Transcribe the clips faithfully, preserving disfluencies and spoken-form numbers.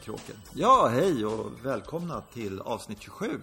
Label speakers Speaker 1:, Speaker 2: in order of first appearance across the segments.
Speaker 1: kråkor. Ja, hej och välkomna till avsnitt tjugosju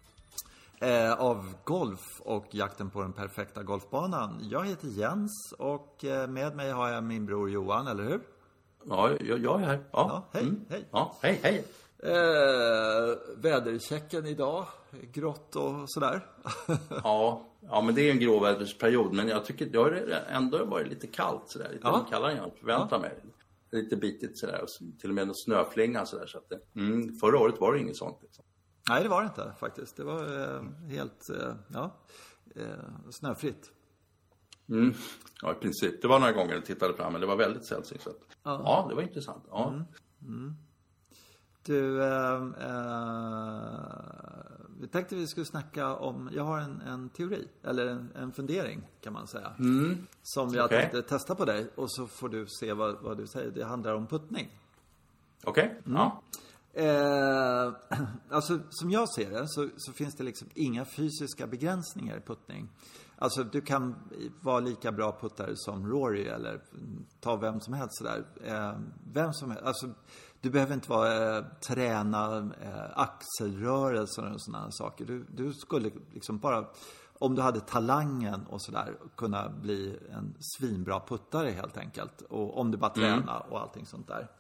Speaker 1: eh, av Golf och jakten på den perfekta golfbanan. Jag heter Jens och eh, med mig har jag min bror Johan, eller hur?
Speaker 2: Ja, jag, jag är här. Ja,
Speaker 1: ja hej,
Speaker 2: mm.
Speaker 1: hej.
Speaker 2: Ja, hej, hej.
Speaker 1: Eh, väderchecken idag, grått och sådär.
Speaker 2: ja, ja, men det är en grå vädersperiod, men jag tycker det har ändå varit lite kallt sådär, lite
Speaker 1: ja.
Speaker 2: kallare än jag förväntar ja. mig. Lite bitigt sådär, och till och med en snöflinga sådär, så att det, mm, förra året var det inget sånt liksom.
Speaker 1: Nej, det var det inte faktiskt. Det var eh, helt eh, ja, eh, snöfritt.
Speaker 2: Mm. Ja, i princip. Det var några gånger jag tittade fram, men det var väldigt sällsynt. Så att, ja. ja, det var intressant. Ja.
Speaker 1: Mm. Mm. Du, eh, eh, vi tänkte vi skulle snacka om, jag har en, en teori, eller en, en fundering kan man säga.
Speaker 2: Mm.
Speaker 1: Som jag
Speaker 2: okay.
Speaker 1: tänkte testa på dig, och så får du se vad, vad du säger. Det handlar om puttning.
Speaker 2: Okej, okay. mm. ja.
Speaker 1: Eh, alltså som jag ser det så, så finns det liksom inga fysiska begränsningar i puttning. Alltså du kan vara lika bra puttare som Rory eller ta vem som helst sådär. Eh, vem som helst. Alltså du behöver inte vara eh, träna eh, axelrörelser och sådana saker. Du, du skulle liksom bara, om du hade talangen och sådär, kunna bli en svinbra puttare helt enkelt. Och om du bara tränar mm. och allting sånt där.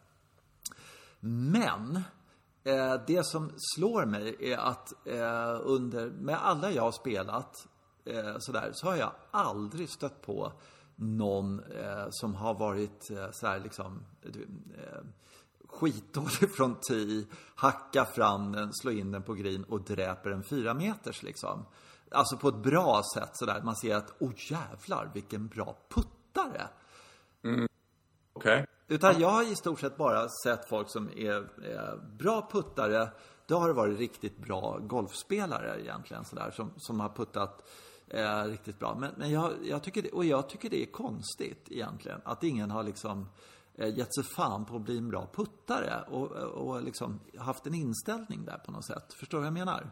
Speaker 1: Men eh, det som slår mig är att eh, under, med alla jag har spelat eh, sådär, så har jag aldrig stött på någon eh, som har varit eh, sådär liksom eh, skitdålig från tee, hacka fram den, slå in den på green och dräper en fyra meters liksom. Alltså på ett bra sätt sådär. Man ser att, åh oh, jävlar vilken bra puttare.
Speaker 2: Mm. Okej. Okay.
Speaker 1: Utan jag har i stort sett bara sett folk som är, är bra puttare. Då har det varit riktigt bra golfspelare egentligen sådär, som, som har puttat eh, riktigt bra. Men, men jag, jag tycker det, och jag tycker det är konstigt egentligen att ingen har liksom eh, gett sig fan på att bli en bra puttare och, och liksom haft en inställning där på något sätt. Förstår du vad jag menar?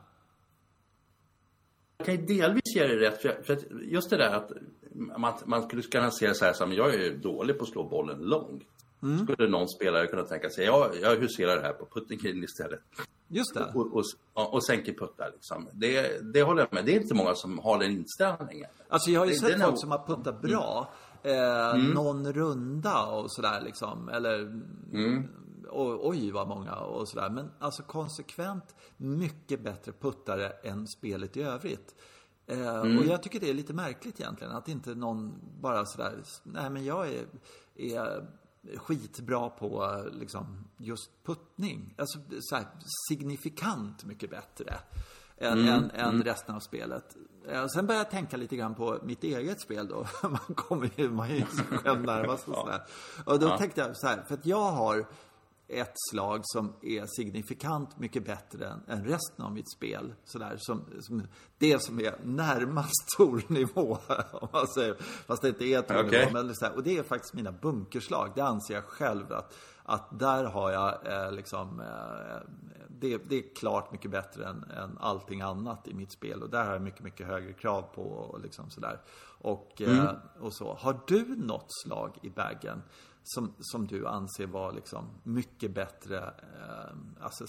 Speaker 2: Jag kan ju delvis ge det rätt, för, för att just det där att man, man skulle kunna se så här som jag är dålig på att slå bollen långt. Mm. Skulle någon spelare kunna tänka sig, jag, jag huserar det här på putting istället.
Speaker 1: Just det.
Speaker 2: Och, och, och, och sänker puttar liksom. Det, det håller jag med. Det är inte många som har den inställningen.
Speaker 1: Alltså jag har ju
Speaker 2: det,
Speaker 1: sett
Speaker 2: det
Speaker 1: folk
Speaker 2: nog...
Speaker 1: som har puttat bra eh, mm. någon runda och sådär liksom. Eller mm. och, oj vad många och sådär. Men alltså konsekvent mycket bättre puttare än spelet i övrigt. Eh, mm. Och jag tycker det är lite märkligt egentligen. Att inte någon bara sådär, nej men jag är... är skitbra på liksom just puttning. Alltså så här, signifikant mycket bättre än, mm. än, än resten av spelet. Sen började jag tänka lite grann på mitt eget spel då. Man kommer ju, man är ju själv närmast och sådär. Och då ja. tänkte jag så här, för att jag har ett slag som är signifikant mycket bättre än, än resten av mitt spel. Sådär, som, som det som är närmast tornivå, om man säger. Fast det inte är tornivå. Okay. Men så här, och det är faktiskt mina bunkerslag. Det anser jag själv att, att där har jag eh, liksom... Eh, det, det är klart mycket bättre än, än allting annat i mitt spel. Och där har jag mycket, mycket högre krav på och liksom sådär. Och, mm. eh, och så. Har du något slag i baggen Som, som du anser var liksom mycket bättre eh, alltså,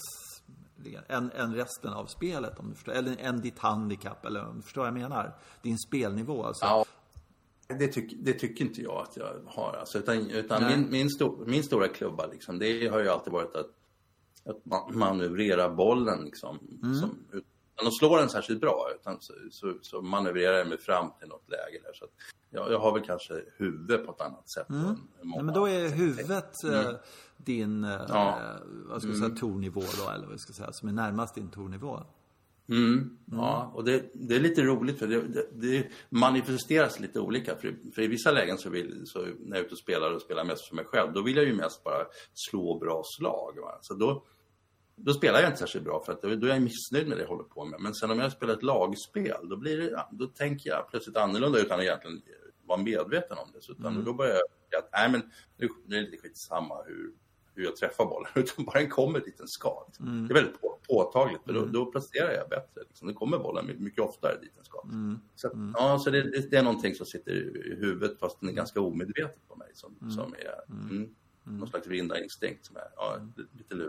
Speaker 1: än, än resten av spelet, om du förstår, eller än ditt handikapp, eller om du förstår vad jag menar, din spelnivå alltså.
Speaker 2: Ja, det, tyck, det tycker inte jag att jag har alltså, utan, utan min, min, stor, min stora klubba liksom, det har ju alltid varit att, att man manövrerar bollen liksom, mm. som, utan att slå den särskilt bra, utan så, så, så manövrerar jag mig fram till något läge där, så att jag, jag har väl kanske huvudet på ett annat sätt.
Speaker 1: Mm. Ja, men då är huvudet mm. eh, din ja. eh, vad ska jag säga, mm. tornivå då, eller vad jag ska säga, som är närmast din tornivå.
Speaker 2: Mm. Mm. Ja, och det, det är lite roligt för det, det, det manifesteras lite olika. För, för i vissa lägen så, vill, så när jag är ute och spelar och spelar mest för mig själv, då vill jag ju mest bara slå bra slag. Va? Så då, då spelar jag inte särskilt bra, för att då, då är jag missnöjd med det jag håller på med. Men sen om jag spelar ett lagspel, då blir det, ja, då tänker jag plötsligt annorlunda utan att egentligen vara medveten om det. Så utan mm. då börjar jag att, nej men nu, nu är det lite skitsamma hur, hur jag träffar bollen, utan bara den kommer dit en ska. Mm. Det är väldigt på, påtagligt, för då, mm. då presterar jag bättre. Liksom. Det kommer bollen mycket, mycket oftare dit en ska. Mm. Så, mm. ja, så det, det, det är någonting som sitter i huvudet, fast den är ganska omedvetet på mig, som, mm. som är mm. Mm. någon slags vindarinstinkt som är ja, lite lurig.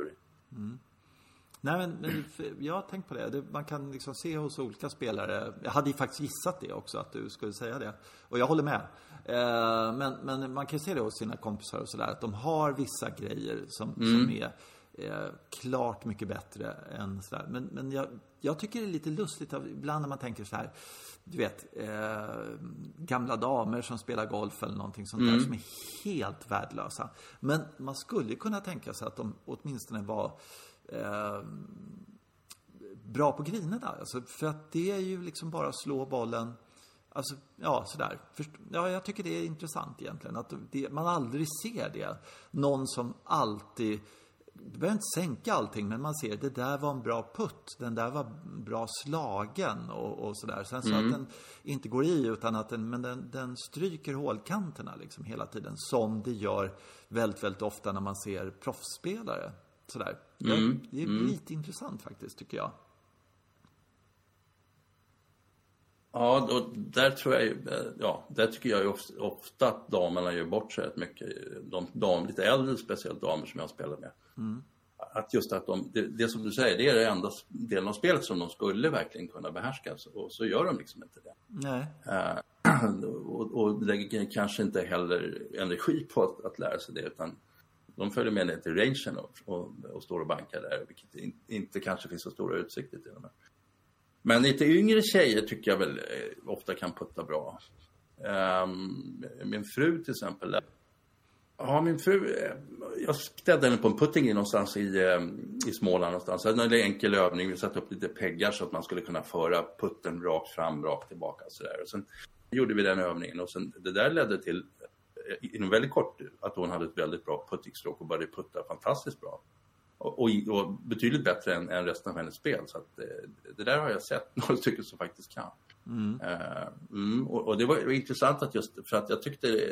Speaker 1: Mm. Nej, men, men jag har tänkt på det. det. Man kan liksom se hos olika spelare. Jag hade ju faktiskt gissat det också, att du skulle säga det. Och jag håller med. Eh, men, men man kan se det hos sina kompisar och sådär. Att de har vissa grejer som, mm. som är eh, klart mycket bättre än sådär. Men, men jag, jag tycker det är lite lustigt av, ibland när man tänker så här. Du vet, eh, gamla damer som spelar golf eller någonting sånt mm. där som är helt värdelösa. Men man skulle kunna tänka sig att de åtminstone var Eh, bra på grinerna, alltså, för att det är ju liksom bara slå bollen, alltså, ja, sådär. Först, ja, jag tycker det är intressant egentligen att det, man aldrig ser det. Någon som alltid, du behöver inte sänka allting, men man ser det där var en bra putt, den där var bra slagen och, och sådär. Sen så mm. att den inte går i, utan att den, men den, den stryker hålkanterna liksom hela tiden, som det gör väldigt, väldigt ofta när man ser proffsspelare. Sådär. Mm. Det är mm. lite intressant faktiskt, tycker jag.
Speaker 2: Ja, och där tror jag, ja, där tycker jag ju ofta, ofta att damerna gör bort sig rätt mycket. De, de lite äldre, speciellt damer som jag spelar med. Mm. Att just att de, det, det som du säger, det är det enda delen av spelet som de skulle verkligen kunna behärska. Och så gör de liksom inte det.
Speaker 1: Nej.
Speaker 2: Uh, och, och lägger kanske inte heller energi på att, att lära sig det, utan de följer med ner till rangen och, och, och står och bankar där, vilket in, inte kanske finns så stora utsikter till dem. Men lite yngre tjejer tycker jag väl eh, ofta kan putta bra. Um, min fru till exempel. Ja, min fru, eh, jag ställde henne på en putting någonstans i, eh, i Småland någonstans. Det var en enkel övning, vi satte upp lite peggar så att man skulle kunna föra putten rakt fram, rakt tillbaka och sådär. Och sen gjorde vi den övningen och sen, det där ledde till inom väldigt kort att hon hade ett väldigt bra puttingstråk och började putta fantastiskt bra. Och, och, och betydligt bättre än, än resten av hennes spel. Så att, det, det där har jag sett några stycken som faktiskt kan. Mm. Uh, mm, och, och det var, var intressant att just för att jag tyckte,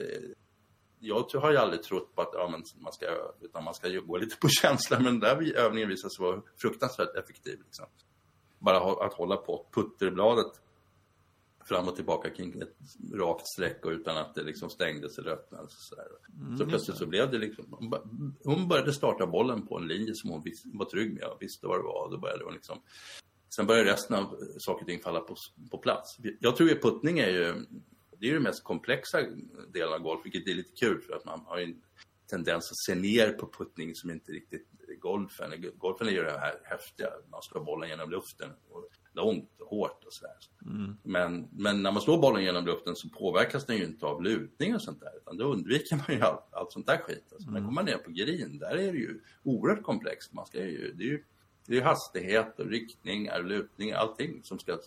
Speaker 2: jag har ju aldrig trott på att ja, men man ska, utan man ska ju gå lite på känsla, men den där övningen visade sig vara fruktansvärt effektiv. Liksom. Bara att hålla på putterbladet fram och tillbaka kring ett rakt streck och utan att det liksom stängdes eller öppnades. Så, mm, så plötsligt så blev det liksom, hon började starta bollen på en linje som hon vis, var trygg med och visste vad det var. Då började hon liksom, sen började resten av saker och ting falla på, på plats. Jag tror att puttning är ju, det är ju det mest komplexa delen av golf, vilket är lite kul för att man har en tendens att se ner på puttning som inte riktigt golfen. Golfen är ju det här häftiga, man slår bollen genom luften och långt och hårt och sådär. Mm. Men, men när man slår bollen genom luften så påverkas den ju inte av lutning och sånt där, utan då undviker man ju allt, allt sånt där skit. Alltså, mm. När man kommer ner på green, där är det ju oerhört komplext. Man ska ju, det är ju det är hastighet och riktningar, lutning, allting som ska,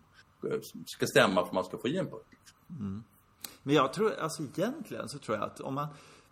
Speaker 2: ska stämma för att man ska få igen på det.
Speaker 1: Mm. Men jag tror, alltså egentligen så tror jag att om man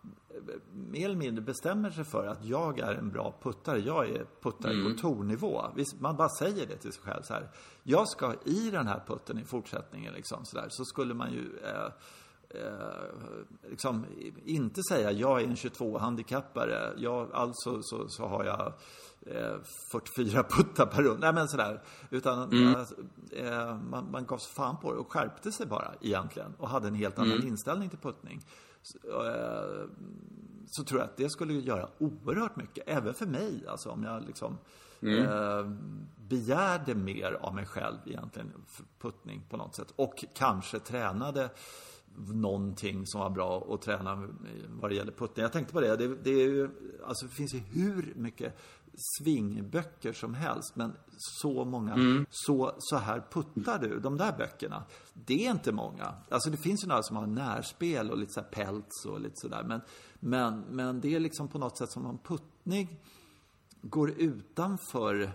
Speaker 1: mer eller mindre bestämmer sig för att jag är en bra puttare, jag är puttare mm. på tornivå. Man bara säger det till sig själv så här. Jag ska i den här putten i fortsättningen liksom så där. Så skulle man ju eh, eh, liksom inte säga jag är en tjugotvå-handikappare. Jag, alltså så, så har jag eh, fyrtiofyra puttar per rund. Nej men sådär. Utan mm. eh, man, man gav sig fan på det och skärpte sig bara egentligen. Och hade en helt annan mm. inställning till puttning. Så, eh, så tror jag att det skulle göra oerhört mycket. Även för mig. Alltså om jag liksom mm. eh, begärde mer av mig själv egentligen för puttning på något sätt. Och kanske tränade någonting som var bra att träna vad det gäller puttning. Jag tänkte på det. Det, det, är ju, alltså det finns ju hur mycket svingböcker som helst, men så många mm. så, så här puttar du de där böckerna, det är inte många. Alltså det finns ju några som har närspel och lite så här pelts och lite sådär, men, men, men det är liksom på något sätt som en puttning går utanför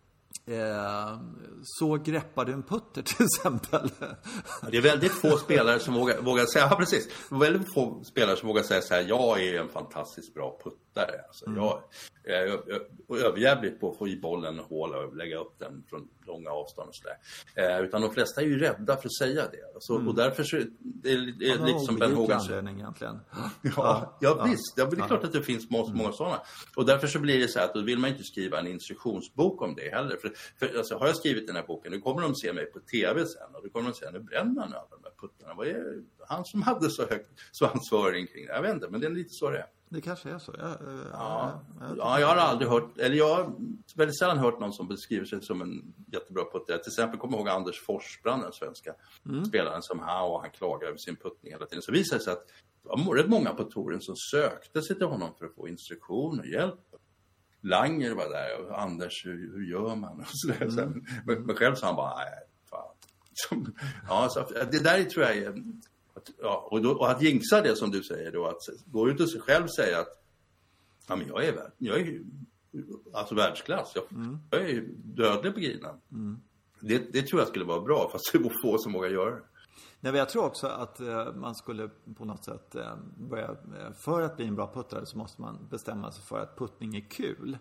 Speaker 1: Eh, så greppar du en putter till exempel.
Speaker 2: Det är väldigt få spelare som vågar, vågar säga, ja precis, väldigt få spelare som vågar säga så här: jag är en fantastiskt bra puttare. Alltså, mm. jag, jag, jag, jag är överjävligt på att få i bollen hål och lägga upp den från långa avstånd och sådär. Eh, utan de flesta är ju rädda för att säga det. Alltså, mm. Och därför så det är det är lite som Ben Hogan
Speaker 1: egentligen.
Speaker 2: Ja, ja, ja visst. Ja, det är ja. klart att det finns många, många sådana. Och därför så blir det så här att då vill man inte skriva en instruktionsbok om det heller. För, för alltså, har jag skrivit den här boken, nu kommer de se mig på tv sen. Och då kommer de säga, nu bränner han alla de här puttarna. Vad är han som hade så högt svansföring kring det? Jag vet inte, men det är lite så det är.
Speaker 1: Det kanske är så. Jag,
Speaker 2: ja.
Speaker 1: Jag, jag,
Speaker 2: ja, jag har aldrig hört, eller jag har väldigt sällan hört någon som beskriver sig som en jättebra puttare. Till exempel kommer jag ihåg Anders Forsbrand, den svenska mm. spelaren som han, och han klagar över sin puttning hela tiden. Så visade det sig att det var rätt många på touren som sökte sig till honom för att få instruktion och hjälp. Langer var där och Anders, hur, hur gör man? Och så där. Mm. Men, men själv sa han bara, nej, fan. Ja, så det där tror jag är... Att, ja, och, då, och att jinxa det som du säger då, att gå ut och sig själv säga att ja, men jag är, jag är alltså världsklass, jag, mm. jag är dödlig på grinen. Mm. Det, det tror jag skulle vara bra, fast det är få som vågar göra det.
Speaker 1: Nej, men jag tror också att eh, man skulle på något sätt eh, börja, för att bli en bra puttare så måste man bestämma sig för att puttning är kul.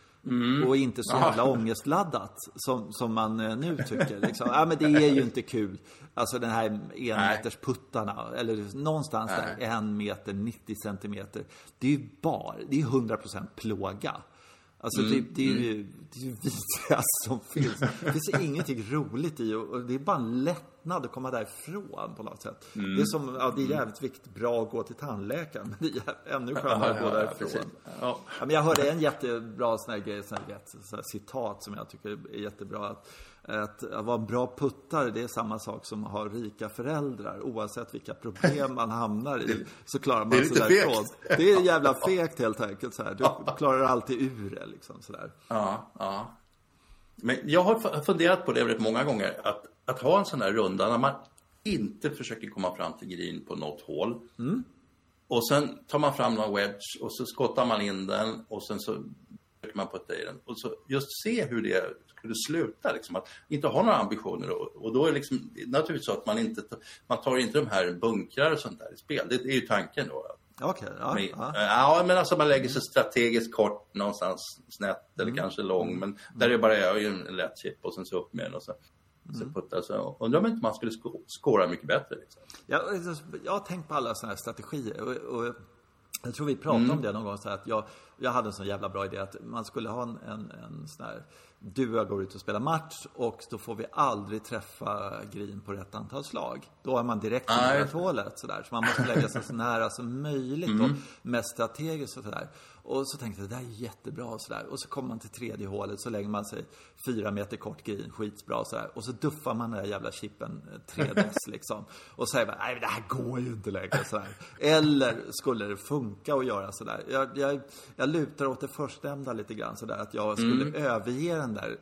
Speaker 1: Mm. Och inte så jävla ångestladdat som, som man eh, nu tycker liksom. Ja, men det är ju inte kul. Alltså den här enmeters puttarna, eller någonstans Nej. där en meter, nittio centimeter. Det är ju bara, det är hundra procent plåga. Alltså mm. det, det är ju det är ju vidrigast som finns. Det finns ingenting roligt i, och det är bara en lättnad att komma därifrån på något sätt. Mm. Det är som, ja, det är jävligt viktigt, bra att gå till tandläkaren, men det är ännu skönare att gå därifrån. Ja, ja. Ja, men jag hörde en jättebra sån här grej, sån här, sån här citat som jag tycker är jättebra, att Att, att vara en bra puttare, det är samma sak som att ha rika föräldrar. Oavsett vilka problem man hamnar i, så klarar man sig därifrån. Det är jävla fegt helt enkelt så här. Du ja. klarar alltid ur det liksom sådär.
Speaker 2: Ja, ja. Men jag har funderat på det väldigt många gånger, att, att ha en sån här runda när man inte försöker komma fram till green på något hål. Mm. Och sen tar man fram någon wedge och så skottar man in den och sen så försöker man putta i den. Och så just se hur det hur det slutar, liksom, att inte ha några ambitioner. Och, och då är det liksom, naturligtvis så att man inte man tar inte de här bunkrar och sånt där i spel. Det, det är ju tanken då.
Speaker 1: Okej, okay, ja,
Speaker 2: men,
Speaker 1: ja.
Speaker 2: ja, men alltså man lägger sig strategiskt kort någonstans snett eller mm. kanske lång, men där är det bara jag en lätt chip och sen så upp med den och så, mm. så puttar så. Undrar om inte man skulle skåra mycket bättre liksom.
Speaker 1: Ja, jag har tänkt på alla såna här strategier och, och jag tror vi pratade mm. om det någon gång så här, att jag, jag hade en sån jävla bra idé att man skulle ha en, en, en sån här, du och jag går ut och spelar match och då får vi aldrig träffa green på rätt antal slag. Då är man direkt i rätt hålet så där. Så man måste lägga sig så nära som möjligt mm. och mest strategiskt och sådär. Och så tänkte jag, det där är jättebra och sådär. Och så kommer man till tredje hålet, så lägger man sig fyra meter kort green, skitbra och sådär. Och så duffar man den där jävla chippen tre dess liksom. Och säger man, nej det här går ju inte längre sådär. Eller skulle det funka att göra sådär? Jag, jag, jag lutar åt det förstnämnda lite grann sådär, att jag skulle mm. överge den där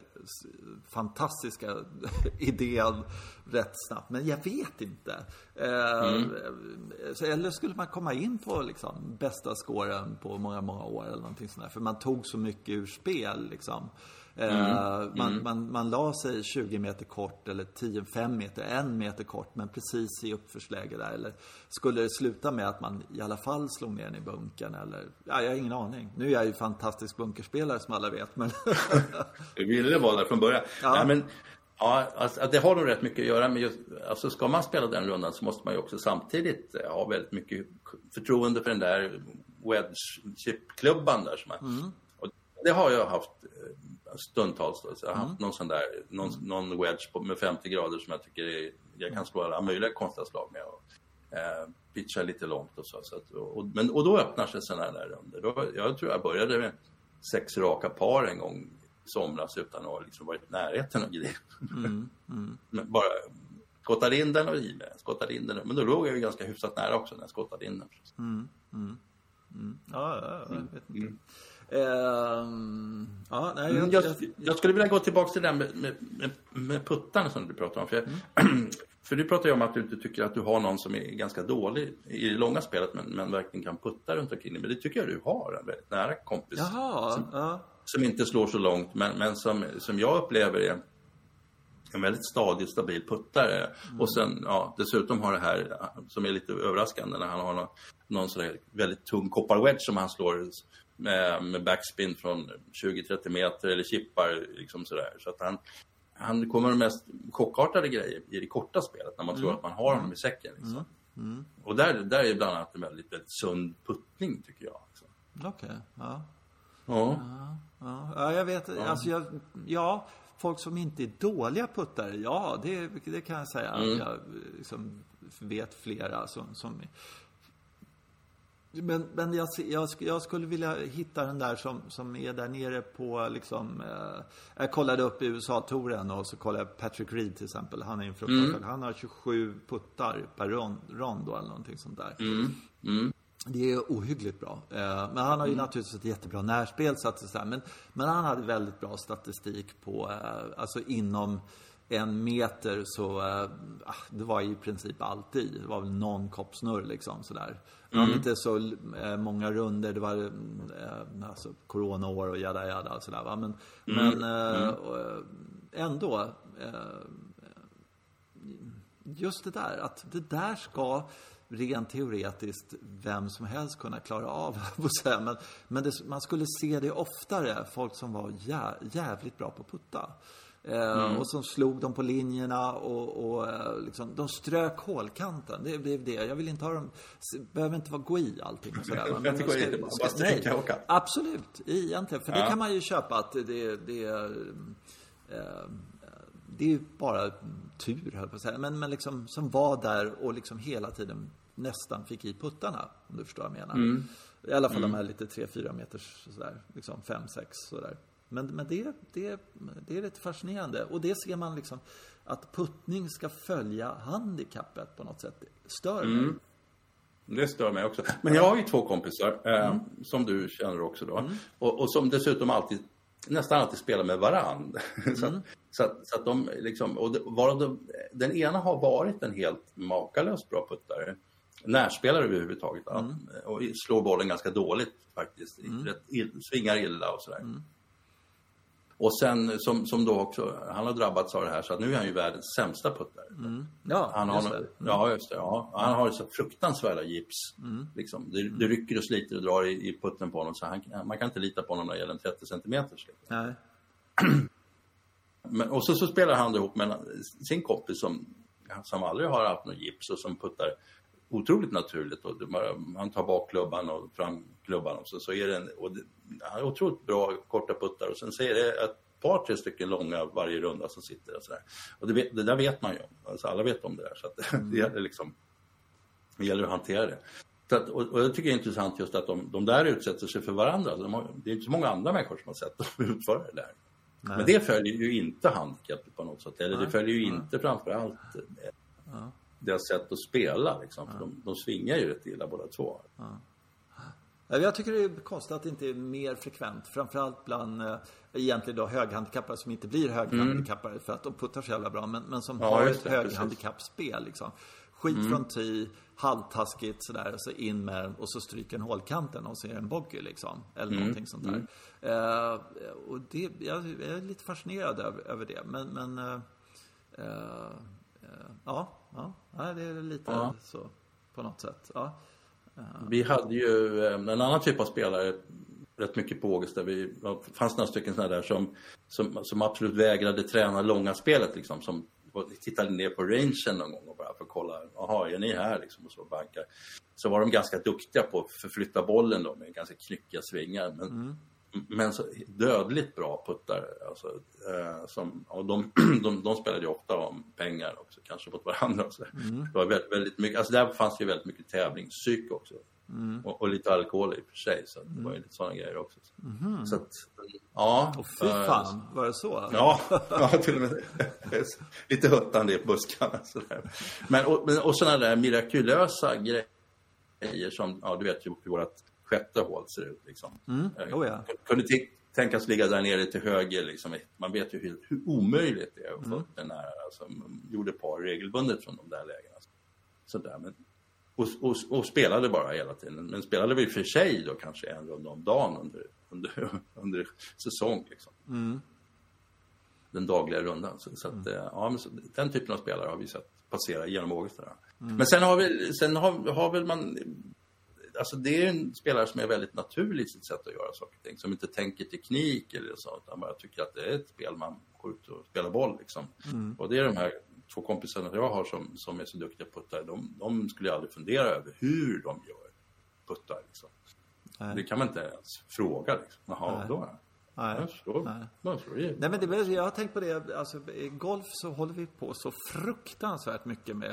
Speaker 1: fantastiska idén rätt snabbt, men jag vet inte. Mm. Så, eller skulle man komma in på liksom bästa scoren på många, många år eller någonting sånt där, för man tog så mycket ur spel liksom. Mm. Man, mm. man, man la sig tjugo meter kort eller tio, fem meter, en meter kort, men precis i uppförsläge där. Eller skulle det sluta med att man i alla fall slog ner den i bunkern? Eller, ja, jag har ingen aning. Nu är jag ju fantastisk bunkerspelare som alla vet. Men
Speaker 2: jag ville vara där från början. Ja. Nej, men, ja, alltså, det har nog rätt mycket att göra med just, alltså ska man spela den rundan så måste man ju också samtidigt ha väldigt mycket förtroende för den där wedge-chip-klubban där. Som man, mm. och det har jag haft stundtals då. Så jag har haft mm. någon sån där någon, mm. någon wedge på, med femtio grader som jag tycker är, jag kan slå alla möjliga konstiga slag med och eh, pitcha lite långt och så, så att, och, men, och då öppnar sig sådana där runder. Då, jag tror jag började med sex raka par en gång i somras utan att ha liksom varit i närheten av grejer. Mm. Mm. Men bara skottade in den och i med, skottade in den, men då låg jag ju ganska hyfsat nära också när jag skottade in den.
Speaker 1: Mm. Mm. Mm. Ja, ja, jag vet inte. Mm. Um, ja, nej, jag,
Speaker 2: jag, jag skulle vilja gå tillbaka till det med, med, med, med puttarna som du pratade om. För, mm. för du pratar ju om att du inte tycker att du har någon som är ganska dålig i det långa spelet, men, men verkligen kan putta runt omkring. Men det tycker jag du har, en väldigt nära kompis.
Speaker 1: Jaha,
Speaker 2: som,
Speaker 1: ja.
Speaker 2: som inte slår så långt, men, men som, som jag upplever är en väldigt stadig, stabil puttare. Mm. Och sen, ja, dessutom har det här som är lite överraskande när han har någon, någon sån där väldigt tung kopparwedge som han slår med, med backspin från tjugo till trettio meter eller chippar liksom sådär. Så att han, han kommer med mest chockartade grejer i det korta spelet när man mm. tror att man har honom i säcken. Liksom. Mm. Mm. Och där, där är bland annat en väldigt, väldigt sund puttning tycker jag. Liksom.
Speaker 1: Okej, okay. ja.
Speaker 2: Ja.
Speaker 1: Ja, ja. Ja, jag vet. Ja. Alltså jag, ja, folk som inte är dåliga puttare, ja, det, det kan jag säga. Mm. Jag liksom vet flera som... som Men, men jag, jag, jag skulle vilja hitta den där som, som är där nere på liksom, eh, jag kollade upp i U S A-touren och så kollade jag Patrick Reed till exempel. Han är en fruktansvärd. Mm. Han har tjugosju puttar per rond, rond då, eller någonting sånt där.
Speaker 2: Mm. Mm.
Speaker 1: Det är ohyggligt bra. Eh, men han har ju mm. naturligtvis ett jättebra närspel. Så att det så här, men, men han hade väldigt bra statistik på, eh, alltså inom en meter så, eh, det var i princip alltid. Det var väl någon koppsnurr liksom sådär. Det var mm. inte så eh, många runder. Det var eh, alltså coronaår och jada jada och sådär va. Men, mm. men eh, mm. ändå eh, just det där, att det där ska rent teoretiskt vem som helst kunna klara av. Men, men det, man skulle se det oftare, folk som var jä, jävligt bra på putta. Mm. Och som slog dem på linjerna och, och liksom, de strök hålkanten. Det blev det. Jag vill inte ha dem, behöver inte vara gå i allting och sådär.
Speaker 2: Men ska, ska, ska, nej,
Speaker 1: absolut, egentligen. För ja. det kan man ju köpa att det, det är eh, det är ju bara tur, höll på att säga. Men, men liksom som var där och liksom hela tiden nästan fick i puttarna, om du förstår vad jag menar. Mm. I alla fall mm. de här lite tre fyra meters sådär, liksom fem sex sådär. Men, men det, det, det är lite fascinerande. Och det ser man liksom, att puttning ska följa handikappet på något sätt. Stör mig. Mm.
Speaker 2: Det stör mig också. Men jag har ju två kompisar, eh, mm. som du känner också då. Mm. Och, och som dessutom alltid, nästan alltid spelar med varann. Mm. så, att, så, att, så att de liksom, och det, var de, den ena har varit en helt makalös bra puttare. Närspelare överhuvudtaget. Mm. Och slår bollen ganska dåligt faktiskt. Mm. Rätt ill, svingar illa och sådär. Mm. Och sen som, som då också, han har drabbats av det här så att nu är han ju världens sämsta puttare. Mm.
Speaker 1: Ja,
Speaker 2: han har, mm. ja, just det. Ja. Han har så fruktansvärda gips. Mm. Liksom. Det, det rycker och sliter och drar i, i putten på honom. Så han, man kan inte lita på honom när det gäller en trettio centimeter.
Speaker 1: Nej.
Speaker 2: Men, och så, så spelar han ihop med sin kompis som, som aldrig har haft någon gips och som puttar otroligt naturligt. Och han tar bak klubban och fram klubban och så, så är det en, och det, han har otroligt bra korta puttar och sen så är det ett par, tre stycken långa varje runda som sitter och sådär. Och det, det där vet man ju. Alltså alla vet om det där. Så att mm. det gäller liksom, det gäller att hantera det. Så att, och, och jag tycker det är intressant just att de, de där utsätter sig för varandra. De har, det är inte så många andra människor som har sett dem utföra det där. Nej. Men det följer ju inte handikappet på något sätt. Eller Nej. det följer ju Nej. inte framförallt eh, ja. deras sätt att spela. Liksom, för ja. de, de svingar ju rätt illa båda två.
Speaker 1: Ja. Jag tycker det är konstigt att det inte är mer frekvent. Framförallt bland äh, egentligen då höghandikappade som inte blir höghandikappade mm. för att de puttar så jävla bra. Men, men som ja, har ett höghandikappspel liksom. Skit mm. från tee, halvtaskigt sådär. Och så in med och så stryker en hålkanten och så är det en bogey liksom. Eller mm. någonting sånt där. Mm. Uh, och det, jag, jag är lite fascinerad över, över det. Men, men uh, uh, uh, ja, ja, det är lite ja. så på något sätt. Ja.
Speaker 2: Vi hade ju en annan typ av spelare rätt mycket på Ågesta. Vi fanns några stycken sådana där som, som, som absolut vägrade träna långa spelet liksom, som tittade ner på rangen någon gång och bara för att kolla, jaha, är ni här liksom, och så bankar. Så var de ganska duktiga på att förflytta bollen då, med ganska knyckiga svingar, men, mm. men så dödligt bra puttar alltså, eh, som, och de, de, de spelade ju ofta om pengar också, kanske mot varandra och så. Mm. Det var väldigt, väldigt mycket, alltså där fanns det ju väldigt mycket tävlingspsyk också. Mm. Och, och lite alkohol i och för sig, så det var ju lite sådana grejer också.
Speaker 1: Mm.
Speaker 2: Så att, ja.
Speaker 1: Och fy fan, äh, var det så?
Speaker 2: Ja, ja till och med lite huttande i buskarna sådär. Men, och, och sådana där mirakulösa grejer som, ja du vet ju hur vårt sjätte hål ser ut liksom.
Speaker 1: Mm. Oh, ja.
Speaker 2: Kunde t- tänkas ligga där nere till höger liksom. Man vet ju hur, hur omöjligt det är att få mm. den här, alltså, man gjorde par regelbundet från de där lägena. Sådär, men Och, och, och spelade bara hela tiden. Men spelade vi för sig då kanske en runda om dagen under, under, under säsong. Liksom.
Speaker 1: Mm.
Speaker 2: Den dagliga rundan. Så, så att,
Speaker 1: mm.
Speaker 2: ja, men så, den typen av spelare har vi sett passera genom Ågesta. Mm. Men sen har vi, sen har, har väl man... Alltså det är en spelare som är väldigt naturlig i sitt sätt att göra saker och ting. Som inte tänker teknik eller så. Utan bara tycker att det är ett spel man går ut och spelar boll. Liksom.
Speaker 1: Mm.
Speaker 2: Och det är de här... två kompisarna jag har som, som är så duktiga puttare, de, de skulle jag aldrig fundera över hur de gör puttar. Liksom. Det kan man inte ens fråga. Liksom. Jaha, Nej. då?
Speaker 1: Nej.
Speaker 2: Jag slår,
Speaker 1: Nej.
Speaker 2: Man slår i.
Speaker 1: Nej, men det, jag har tänkt på det, alltså, i golf så håller vi på så fruktansvärt mycket med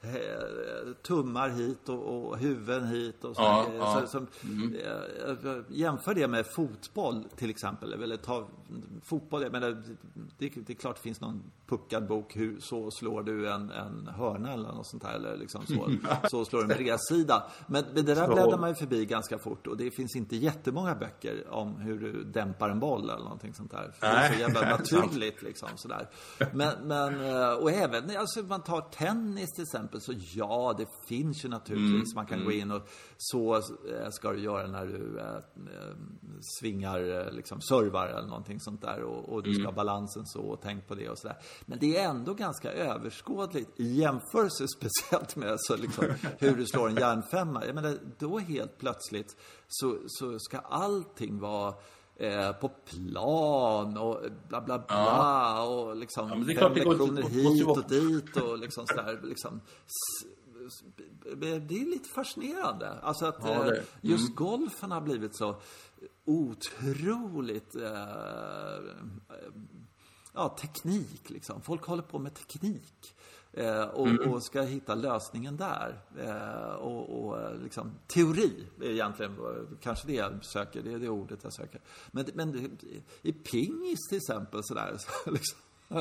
Speaker 1: eh, tummar hit och, och huvuden hit och så.
Speaker 2: Ja,
Speaker 1: så,
Speaker 2: ja.
Speaker 1: så mm. eh, jämför det med fotboll till exempel. Eller ta fotboll, jag menar, det, det är klart det finns någon puckad bok, hur så slår du en, en hörna eller något sånt här, eller liksom så, så slår du en bredsida. Men, men det där bläddrar man ju förbi ganska fort, och det finns inte jättemånga böcker om hur du dämpar en boll eller någonting sånt där. För det är så jävla naturligt liksom sådär. Men, men och även, alltså man tar tennis till exempel, så ja, det finns ju naturligtvis, mm. man kan mm. gå in och så ska du göra när du äh, svingar, liksom servar eller någonting sånt där, och, och du ska ha balansen så, och tänk på det och sådär. Men det är ändå ganska överskådligt i jämförelse speciellt med så liksom, hur du slår en järnfemma. Jag menar, då helt plötsligt så, så ska allting vara eh, på plan och bla bla bla, ja. Och liksom
Speaker 2: ja, det är
Speaker 1: fem
Speaker 2: klart,
Speaker 1: lektioner
Speaker 2: det
Speaker 1: hit och dit och liksom sådär liksom. Det är lite fascinerande. Alltså att ja, mm. just golfen har blivit så otroligt eh, ja, teknik liksom. Folk håller på med teknik eh, och, mm. och ska hitta lösningen där. Eh, och, och liksom teori är egentligen kanske det jag söker, det är det ordet jag söker. Men, men i pingis till exempel sådär så liksom,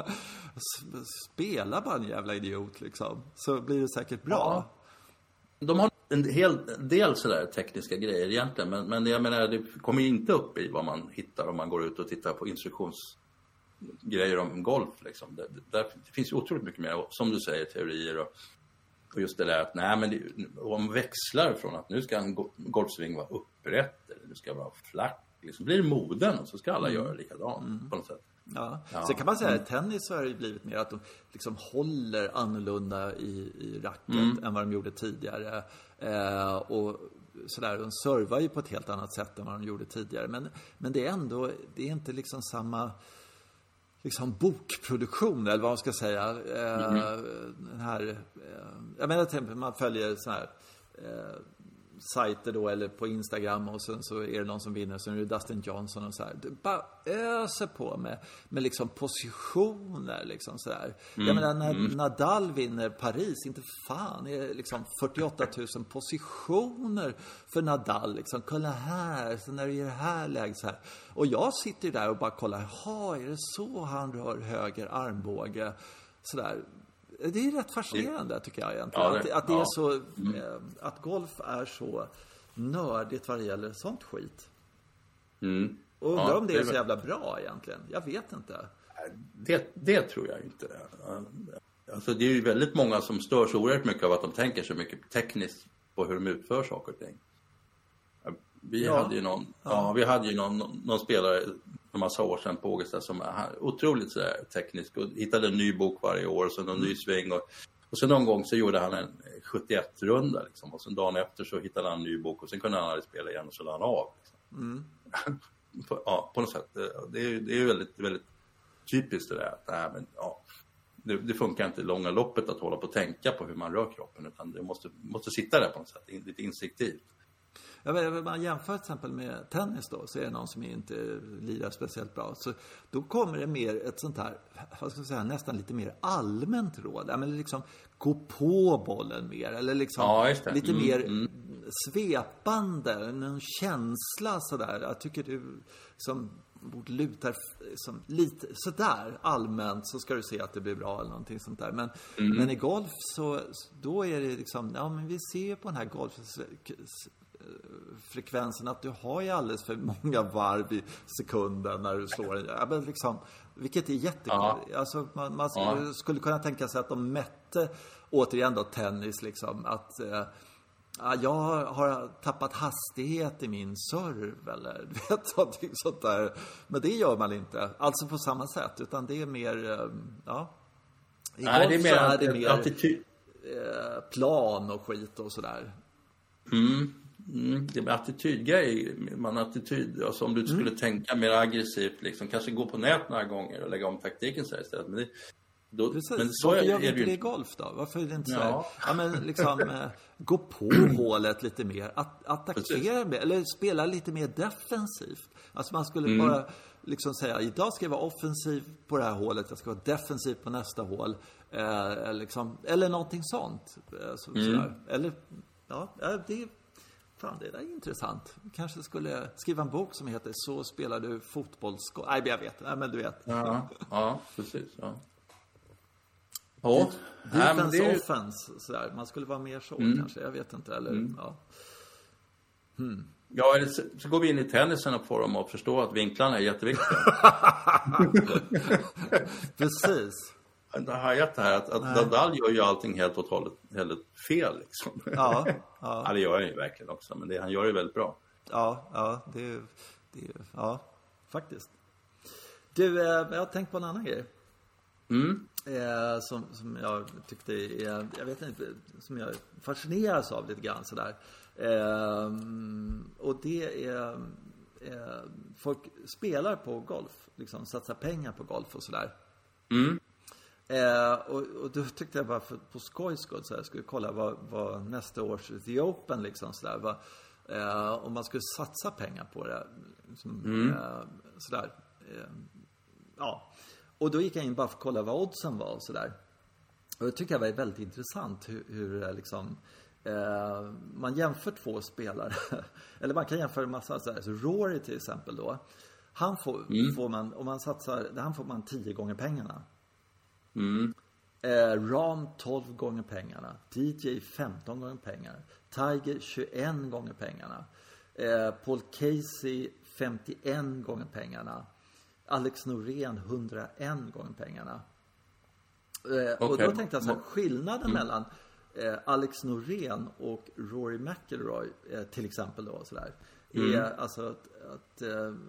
Speaker 1: spela bara en jävla idiot liksom, så blir det säkert bra. Ja.
Speaker 2: De har en hel del sådär tekniska grejer egentligen, men, men jag menar, det kommer inte upp i vad man hittar om man går ut och tittar på instruktionsgrejer om golf liksom. Det, det, där, det finns ju otroligt mycket mer, som du säger, teorier och, och just det där att nej, men det, om växlar från att nu ska en golfsving vara upprätt eller det ska vara flack, liksom blir det moden och så ska alla mm. göra likadant mm. på något sätt.
Speaker 1: Ja. Ja. Så kan man säga att tennis har det blivit mer att de liksom håller annorlunda i, i racket mm. än vad de gjorde tidigare. Eh, och sådär, de servar ju på ett helt annat sätt än vad de gjorde tidigare. Men, men det är ändå, det är inte liksom samma liksom bokproduktion eller vad man ska säga. Eh, mm. Den här, eh, jag menar till exempel man följer så här eh, sajter då, eller på Instagram, och sen så är det någon som vinner, så är det Dustin Johnson och så här. Du bara öser på med, med liksom positioner liksom så där. Mm. Jag menar, när mm. Nadal vinner Paris, inte fan är det liksom fyrtioåtta tusen positioner för Nadal liksom. Kolla här, så när det är det här läget så här. Och jag sitter ju där och bara kollar, jaha, är det så han rör höger armbåge så där. Det är rätt fascinerande tycker jag egentligen. Ja, det, att, att det ja. är så mm. att golf är så nördigt vad det gäller sånt skit.
Speaker 2: Mm.
Speaker 1: Och undrar ja, om det är det så jävla bra egentligen. Jag vet inte.
Speaker 2: Det, det tror jag inte. Alltså det är ju väldigt många som stör så oerhört mycket av att de tänker så mycket tekniskt på hur de utför saker och ting. Vi ja. hade ju någon, ja. Ja, vi hade ju någon, någon spelare en massa år sedan på Augusta som är otroligt så här teknisk och hittade en ny bok varje år och så någon mm. ny sväng och, och sen någon gång så gjorde han en sjuttioett-runda liksom, och sen dagen efter så hittade han en ny bok och sen kunde han aldrig spela igen och så lade han av liksom. Mm. på, ja, på något sätt det är ju det är väldigt, väldigt typiskt det där att nej, men, ja, det, det funkar inte i långa loppet att hålla på och tänka på hur man rör kroppen, utan det måste, måste sitta där på något sätt, lite instinktivt.
Speaker 1: Ja, men man jämför till exempel med tennis då, så är det någon som inte lirar speciellt bra. Så då kommer det mer ett sånt här, vad ska jag säga, nästan lite mer allmänt råd. Ja, men liksom gå på bollen mer, eller liksom ja, lite mm, mer mm. svepande, en känsla sådär. Jag tycker du som borde luta som lite sådär allmänt, så ska du se att det blir bra eller någonting sånt där. Men, mm. men i golf så då är det liksom, ja men vi ser på den här golf frekvensen att du har ju alldeles för många varv i sekunden när du slår en, ja, men liksom, vilket är jättekul. Ja. Alltså, man, man ja. skulle kunna tänka sig att de mätte återigen då tennis liksom, att eh, jag har tappat hastighet i min serv eller vet någonting sånt där. Men det gör man inte alltså på samma sätt, utan det är mer eh, ja i
Speaker 2: Nej, det är mer,
Speaker 1: är det mer
Speaker 2: attityd.
Speaker 1: Eh, plan och skit och sådär.
Speaker 2: Mm. Mm, det med attitydgrej, man attityd, alltså om du skulle mm. tänka mer aggressivt liksom, kanske gå på nät några gånger och lägga om taktiken så här istället, men det, Då,
Speaker 1: Precis.
Speaker 2: men så
Speaker 1: Varför
Speaker 2: är,
Speaker 1: gör vi
Speaker 2: är
Speaker 1: inte
Speaker 2: det
Speaker 1: det
Speaker 2: ju
Speaker 1: i golf då? Varför är det inte så
Speaker 2: Ja.
Speaker 1: här? Ja, men liksom eh, gå på hålet lite mer. Att, attackera mer, eller spela lite mer defensivt. Alltså man skulle
Speaker 2: Mm.
Speaker 1: bara liksom säga, idag ska jag vara offensiv på det här hålet, jag ska vara defensiv på nästa hål. Eh, liksom, eller någonting sånt. Eh, så,
Speaker 2: Mm.
Speaker 1: sådär. Eller, ja, det, fan, det där är intressant. Kanske skulle skriva en bok som heter Så spelar du fotbollsskål. Nej, jag vet. Nej, men du vet.
Speaker 2: Ja, ja precis. Ja. Ja,
Speaker 1: Defense,
Speaker 2: nej, men det är ju-
Speaker 1: offense, sådär. Man skulle vara mer så
Speaker 2: Mm.
Speaker 1: kanske, jag vet inte. Eller, ja.
Speaker 2: Ja, eller så, så går vi in i tennisen och får dem att förstå att vinklarna är jätteviktiga.
Speaker 1: Precis.
Speaker 2: Jag har gett det här att, att Nadal gör ju allting helt och hållet helt fel liksom.
Speaker 1: Ja, ja,
Speaker 2: Ja, det gör han ju verkligen också, men det, han gör det väldigt bra.
Speaker 1: ja, ja, det, det, ja, faktiskt. Du, eh, jag har tänkt på en annan grej.
Speaker 2: Mm.
Speaker 1: Eh, som, som jag tyckte är, jag vet inte, som jag fascineras av lite grann sådär. Eh, och det är, eh, folk spelar på golf, liksom satsar pengar på golf och sådär.
Speaker 2: Mm.
Speaker 1: Eh, och, och då tyckte jag bara för, på skojs skull så här, skulle kolla vad, vad nästa års The Open liksom sådär, vad, eh, om man skulle satsa pengar på det liksom,
Speaker 2: Mm.
Speaker 1: eh, sådär eh, ja. Och då gick jag in bara för att kolla vad oddsen var och sådär. Och det tycker jag var väldigt intressant hur, hur liksom eh, man jämför två spelare. Eller man kan jämföra en massa sådär. Så Rory till exempel då, han får,
Speaker 2: Mm.
Speaker 1: får man, om man satsar, han får man tio gånger pengarna.
Speaker 2: Mm.
Speaker 1: Eh, Ram tolv gånger pengarna. D J femton gånger pengarna. Tiger tjugoen gånger pengarna. Eh, Paul Casey femtioen gånger pengarna. Alex Norén hundraen gånger pengarna. Eh, och
Speaker 2: Okej.
Speaker 1: då tänkte jag så här, skillnaden mellan eh, Alex Norén och Rory McIlroy eh, till exempel då sådär, är
Speaker 2: Mm.
Speaker 1: alltså att, att eh, eh,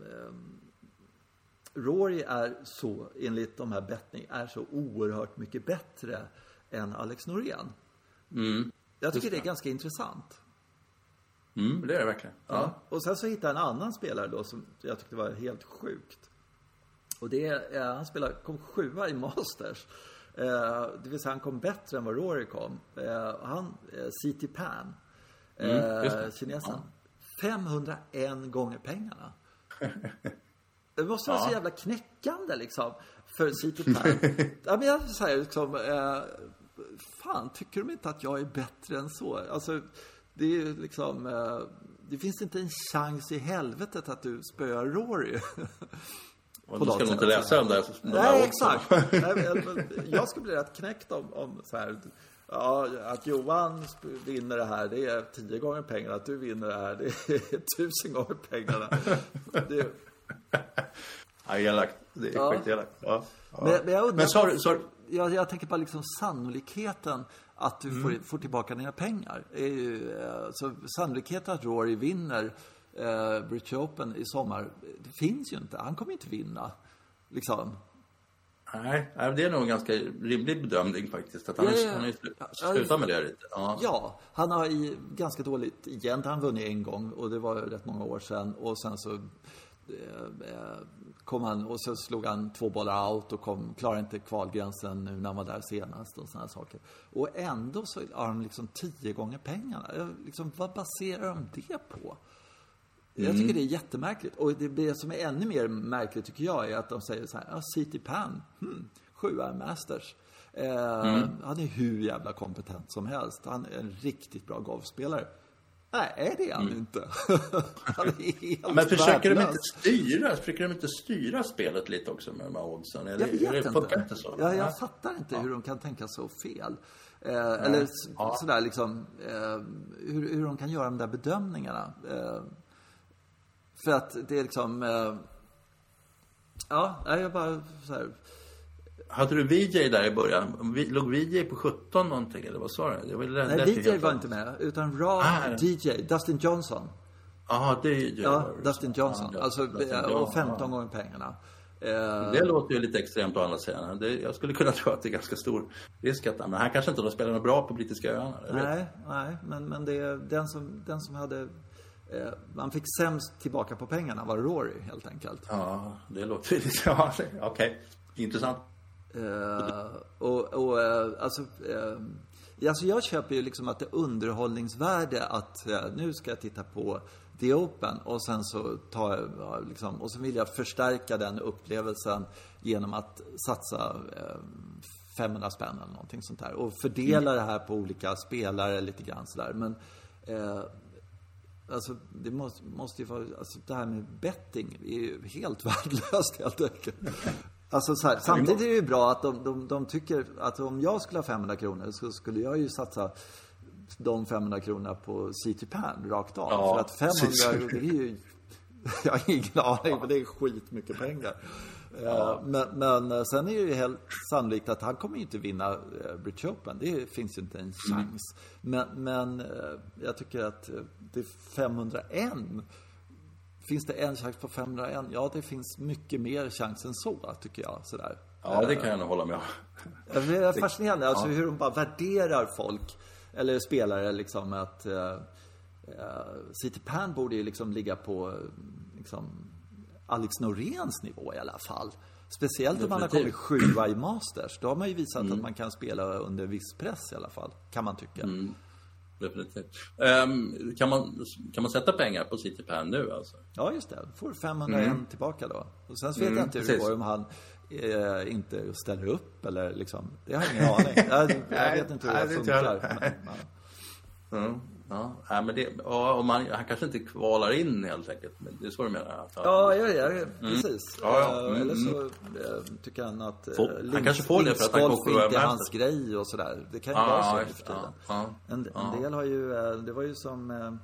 Speaker 1: Rory är så, enligt de här bettning, är så oerhört mycket bättre än Alex Norén.
Speaker 2: Mm.
Speaker 1: Jag tycker
Speaker 2: Just
Speaker 1: det är
Speaker 2: det.
Speaker 1: ganska intressant.
Speaker 2: Mm, det är det verkligen. Ja.
Speaker 1: Ja. Och sen så hittade jag en annan spelare då som jag tyckte var helt sjukt. Och det är, eh, han spelar, kom sjua i Masters. Eh, det vill säga han kom bättre än vad Rory kom. Eh, han, eh, C T Pan, eh,
Speaker 2: Mm, just det.
Speaker 1: kinesen, femhundraen gånger pengarna. Det måste vara
Speaker 2: Ja.
Speaker 1: så jävla knäckande liksom för C T Pan. Ja, men jag säger liksom, eh, fan, tycker de inte att jag är bättre än så? Alltså, det är ju liksom, eh, det finns inte en chans i helvetet att du spöar Rory.
Speaker 2: Och
Speaker 1: På
Speaker 2: då ska
Speaker 1: något
Speaker 2: du inte
Speaker 1: sätt.
Speaker 2: läsa dem där. de där
Speaker 1: Nej,
Speaker 2: oddsen.
Speaker 1: exakt. Nej, men jag skulle bli rätt knäckt om, om så här, ja, att Johan sp- vinner det här, det är tio gånger pengarna. Att du vinner det här, det är tusen gånger pengarna. Det,
Speaker 2: Ja, elakt. Det är
Speaker 1: Ja.
Speaker 2: skitelakt. Ja. Ja.
Speaker 1: Men, men jag undrar,
Speaker 2: Men sa du, sa du-
Speaker 1: jag, jag tänker bara liksom sannolikheten att du
Speaker 2: Mm.
Speaker 1: får, får tillbaka dina pengar. Är ju, eh, så sannolikheten att Rory vinner eh, British Open i sommar, det finns ju inte. Han kommer inte vinna. Liksom.
Speaker 2: Nej, nej, det är nog en ganska rimlig bedömning faktiskt. Att han,
Speaker 1: Ja,
Speaker 2: är-
Speaker 1: ja.
Speaker 2: han är ju
Speaker 1: Ja,
Speaker 2: slu- slutat med det lite. Ja.
Speaker 1: Ja, han har i ganska dåligt igen. Han vunnit en gång och det var rätt många år sedan. Och sen så eh, kom han och så slog han två bollar out och kom, klarade inte kvalgränsen nu när han var där senast och såna här saker. Och ändå så har de liksom tio gånger pengarna. Jag, liksom, vad baserar de det på? Jag tycker det är jättemärkligt. Och det, det som är ännu mer märkligt tycker jag är att de säger så här, ja, C T Pan, hmm, sjua Masters. Eh,
Speaker 2: Mm.
Speaker 1: Han är hur jävla kompetent som helst. Han är en riktigt bra golfspelare. Nej, det är han inte. Han är helt
Speaker 2: Men försöker de
Speaker 1: värdelös.
Speaker 2: inte styra, försöker de inte styra spelet lite också med de här oddsen? Eller,
Speaker 1: Jag vet
Speaker 2: eller funkar
Speaker 1: inte.
Speaker 2: inte så?
Speaker 1: Ja, jag
Speaker 2: Nej.
Speaker 1: fattar inte hur de kan tänka så fel. Eh, eller s-
Speaker 2: Ja.
Speaker 1: sådär liksom, eh, hur, hur de kan göra de där bedömningarna. Eh, för att det är liksom, eh, ja, nej, jag bara så här.
Speaker 2: Hade du V J där i början? Vi- Låg V J på sjutton någonting eller vad sa du? Det var lät-
Speaker 1: Nej,
Speaker 2: lät ju
Speaker 1: D J
Speaker 2: helt
Speaker 1: var
Speaker 2: annat.
Speaker 1: inte med, utan Raw,
Speaker 2: Ah.
Speaker 1: D J, Dustin Johnson.
Speaker 2: Jaha, det är ju...
Speaker 1: Ja, Dustin Johnson.
Speaker 2: Ja,
Speaker 1: Alltså,
Speaker 2: Dustin
Speaker 1: eh,
Speaker 2: Johnson,
Speaker 1: och femton
Speaker 2: ja.
Speaker 1: gånger pengarna. Eh,
Speaker 2: Det låter ju lite extremt å andra sidan. Det, jag skulle kunna tro att det är ganska stor risk att men han kanske inte då spelar något bra på brittiska öarna. jag vet.
Speaker 1: Nej, nej, men, men det är den som, den som hade, eh, man fick sämst tillbaka på pengarna var Rory helt enkelt.
Speaker 2: Ja, det låter ju lite... Ja, okej. Intressant.
Speaker 1: Eh, alltså, eh, alltså jag köper ju liksom att det är underhållningsvärde att eh, nu ska jag titta på The Open och sen så tar jag ja, liksom, och så vill jag förstärka den upplevelsen genom att satsa eh, femhundra spänn eller någonting sånt där och fördela mm. det här på olika spelare lite grann sådär. Men eh, alltså det måste, måste ju vara, alltså det här med betting är ju helt värdelöst helt enkelt. Alltså så här, samtidigt är det ju bra att de, de, de tycker att om jag skulle ha femhundra kronor så skulle jag ju satsa de femhundra kronorna på City Pan rakt av. Ja, för att femhundra, det är ju, jag har ingen aning, men det är skit mycket pengar. Ja. Men, men sen är det ju helt sannolikt att han kommer ju inte vinna British Open. Det finns ju inte en chans. Mm. Men, men jag tycker att det är femhundraett. Finns det en chans på femhundraett? Ja, det finns mycket mer chans än så, tycker jag. Sådär.
Speaker 2: Ja, det kan jag nog hålla med om.
Speaker 1: Det är fascinerande, alltså hur de bara värderar folk eller spelare liksom att uh, uh, City Pan borde ju liksom ligga på liksom Alex Noréns nivå i alla fall. Speciellt definitivt. Om man har kommit sjua i Masters. Då har man ju visat mm. att man kan spela under viss press i alla fall, kan man tycka. Mm.
Speaker 2: Definitivt. Um, kan, man, kan man sätta pengar på City Pan nu alltså?
Speaker 1: Ja, just det. Får femhundraett mm. tillbaka då. Och sen så vet mm, jag inte hur det går om han eh, inte ställer upp eller liksom. Det har jag ingen aning. Jag, jag vet inte hur det funkar. Men,
Speaker 2: ja. Mm. Ja, ja, men det, ja, och man, han kanske inte kvalar in helt enkelt. Men det är så du menar. Att han,
Speaker 1: ja, ja, ja, precis. Mm.
Speaker 2: Ja, ja. Mm.
Speaker 1: Eller så äh, tycker han att äh,
Speaker 2: Få, han kanske får det för att han går
Speaker 1: inte hans grej och sådär. Det kan ju
Speaker 2: ja,
Speaker 1: vara så
Speaker 2: ja,
Speaker 1: för tiden.
Speaker 2: Ja, ja,
Speaker 1: en,
Speaker 2: ja.
Speaker 1: en del har ju, äh, det var ju som äh,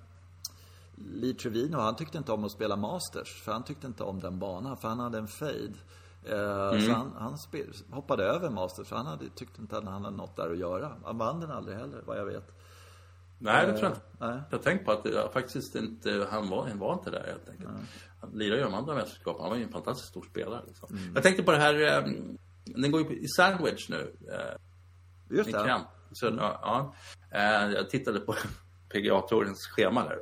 Speaker 1: Lee Trevino, han tyckte inte om att spela Masters. För han tyckte inte om den banan, för han hade en fade. Uh, mm. Så han, han spel, hoppade över Masters, för han hade, tyckte inte att han hade något där att göra. Han vann den aldrig heller, vad jag vet.
Speaker 2: Nej, det tror jag inte. Nej. Jag tänkte på att det, faktiskt inte, han var, han var inte där helt enkelt. Nej. Han lirade ju om andra mästerskap. Han var ju en fantastiskt stor spelare. Liksom. Mm. Jag tänkte på det här, um, den går ju i Sandwich nu. Uh,
Speaker 1: Just det.
Speaker 2: Så, mm. ja, uh, jag tittade på P G A-tourens schema där.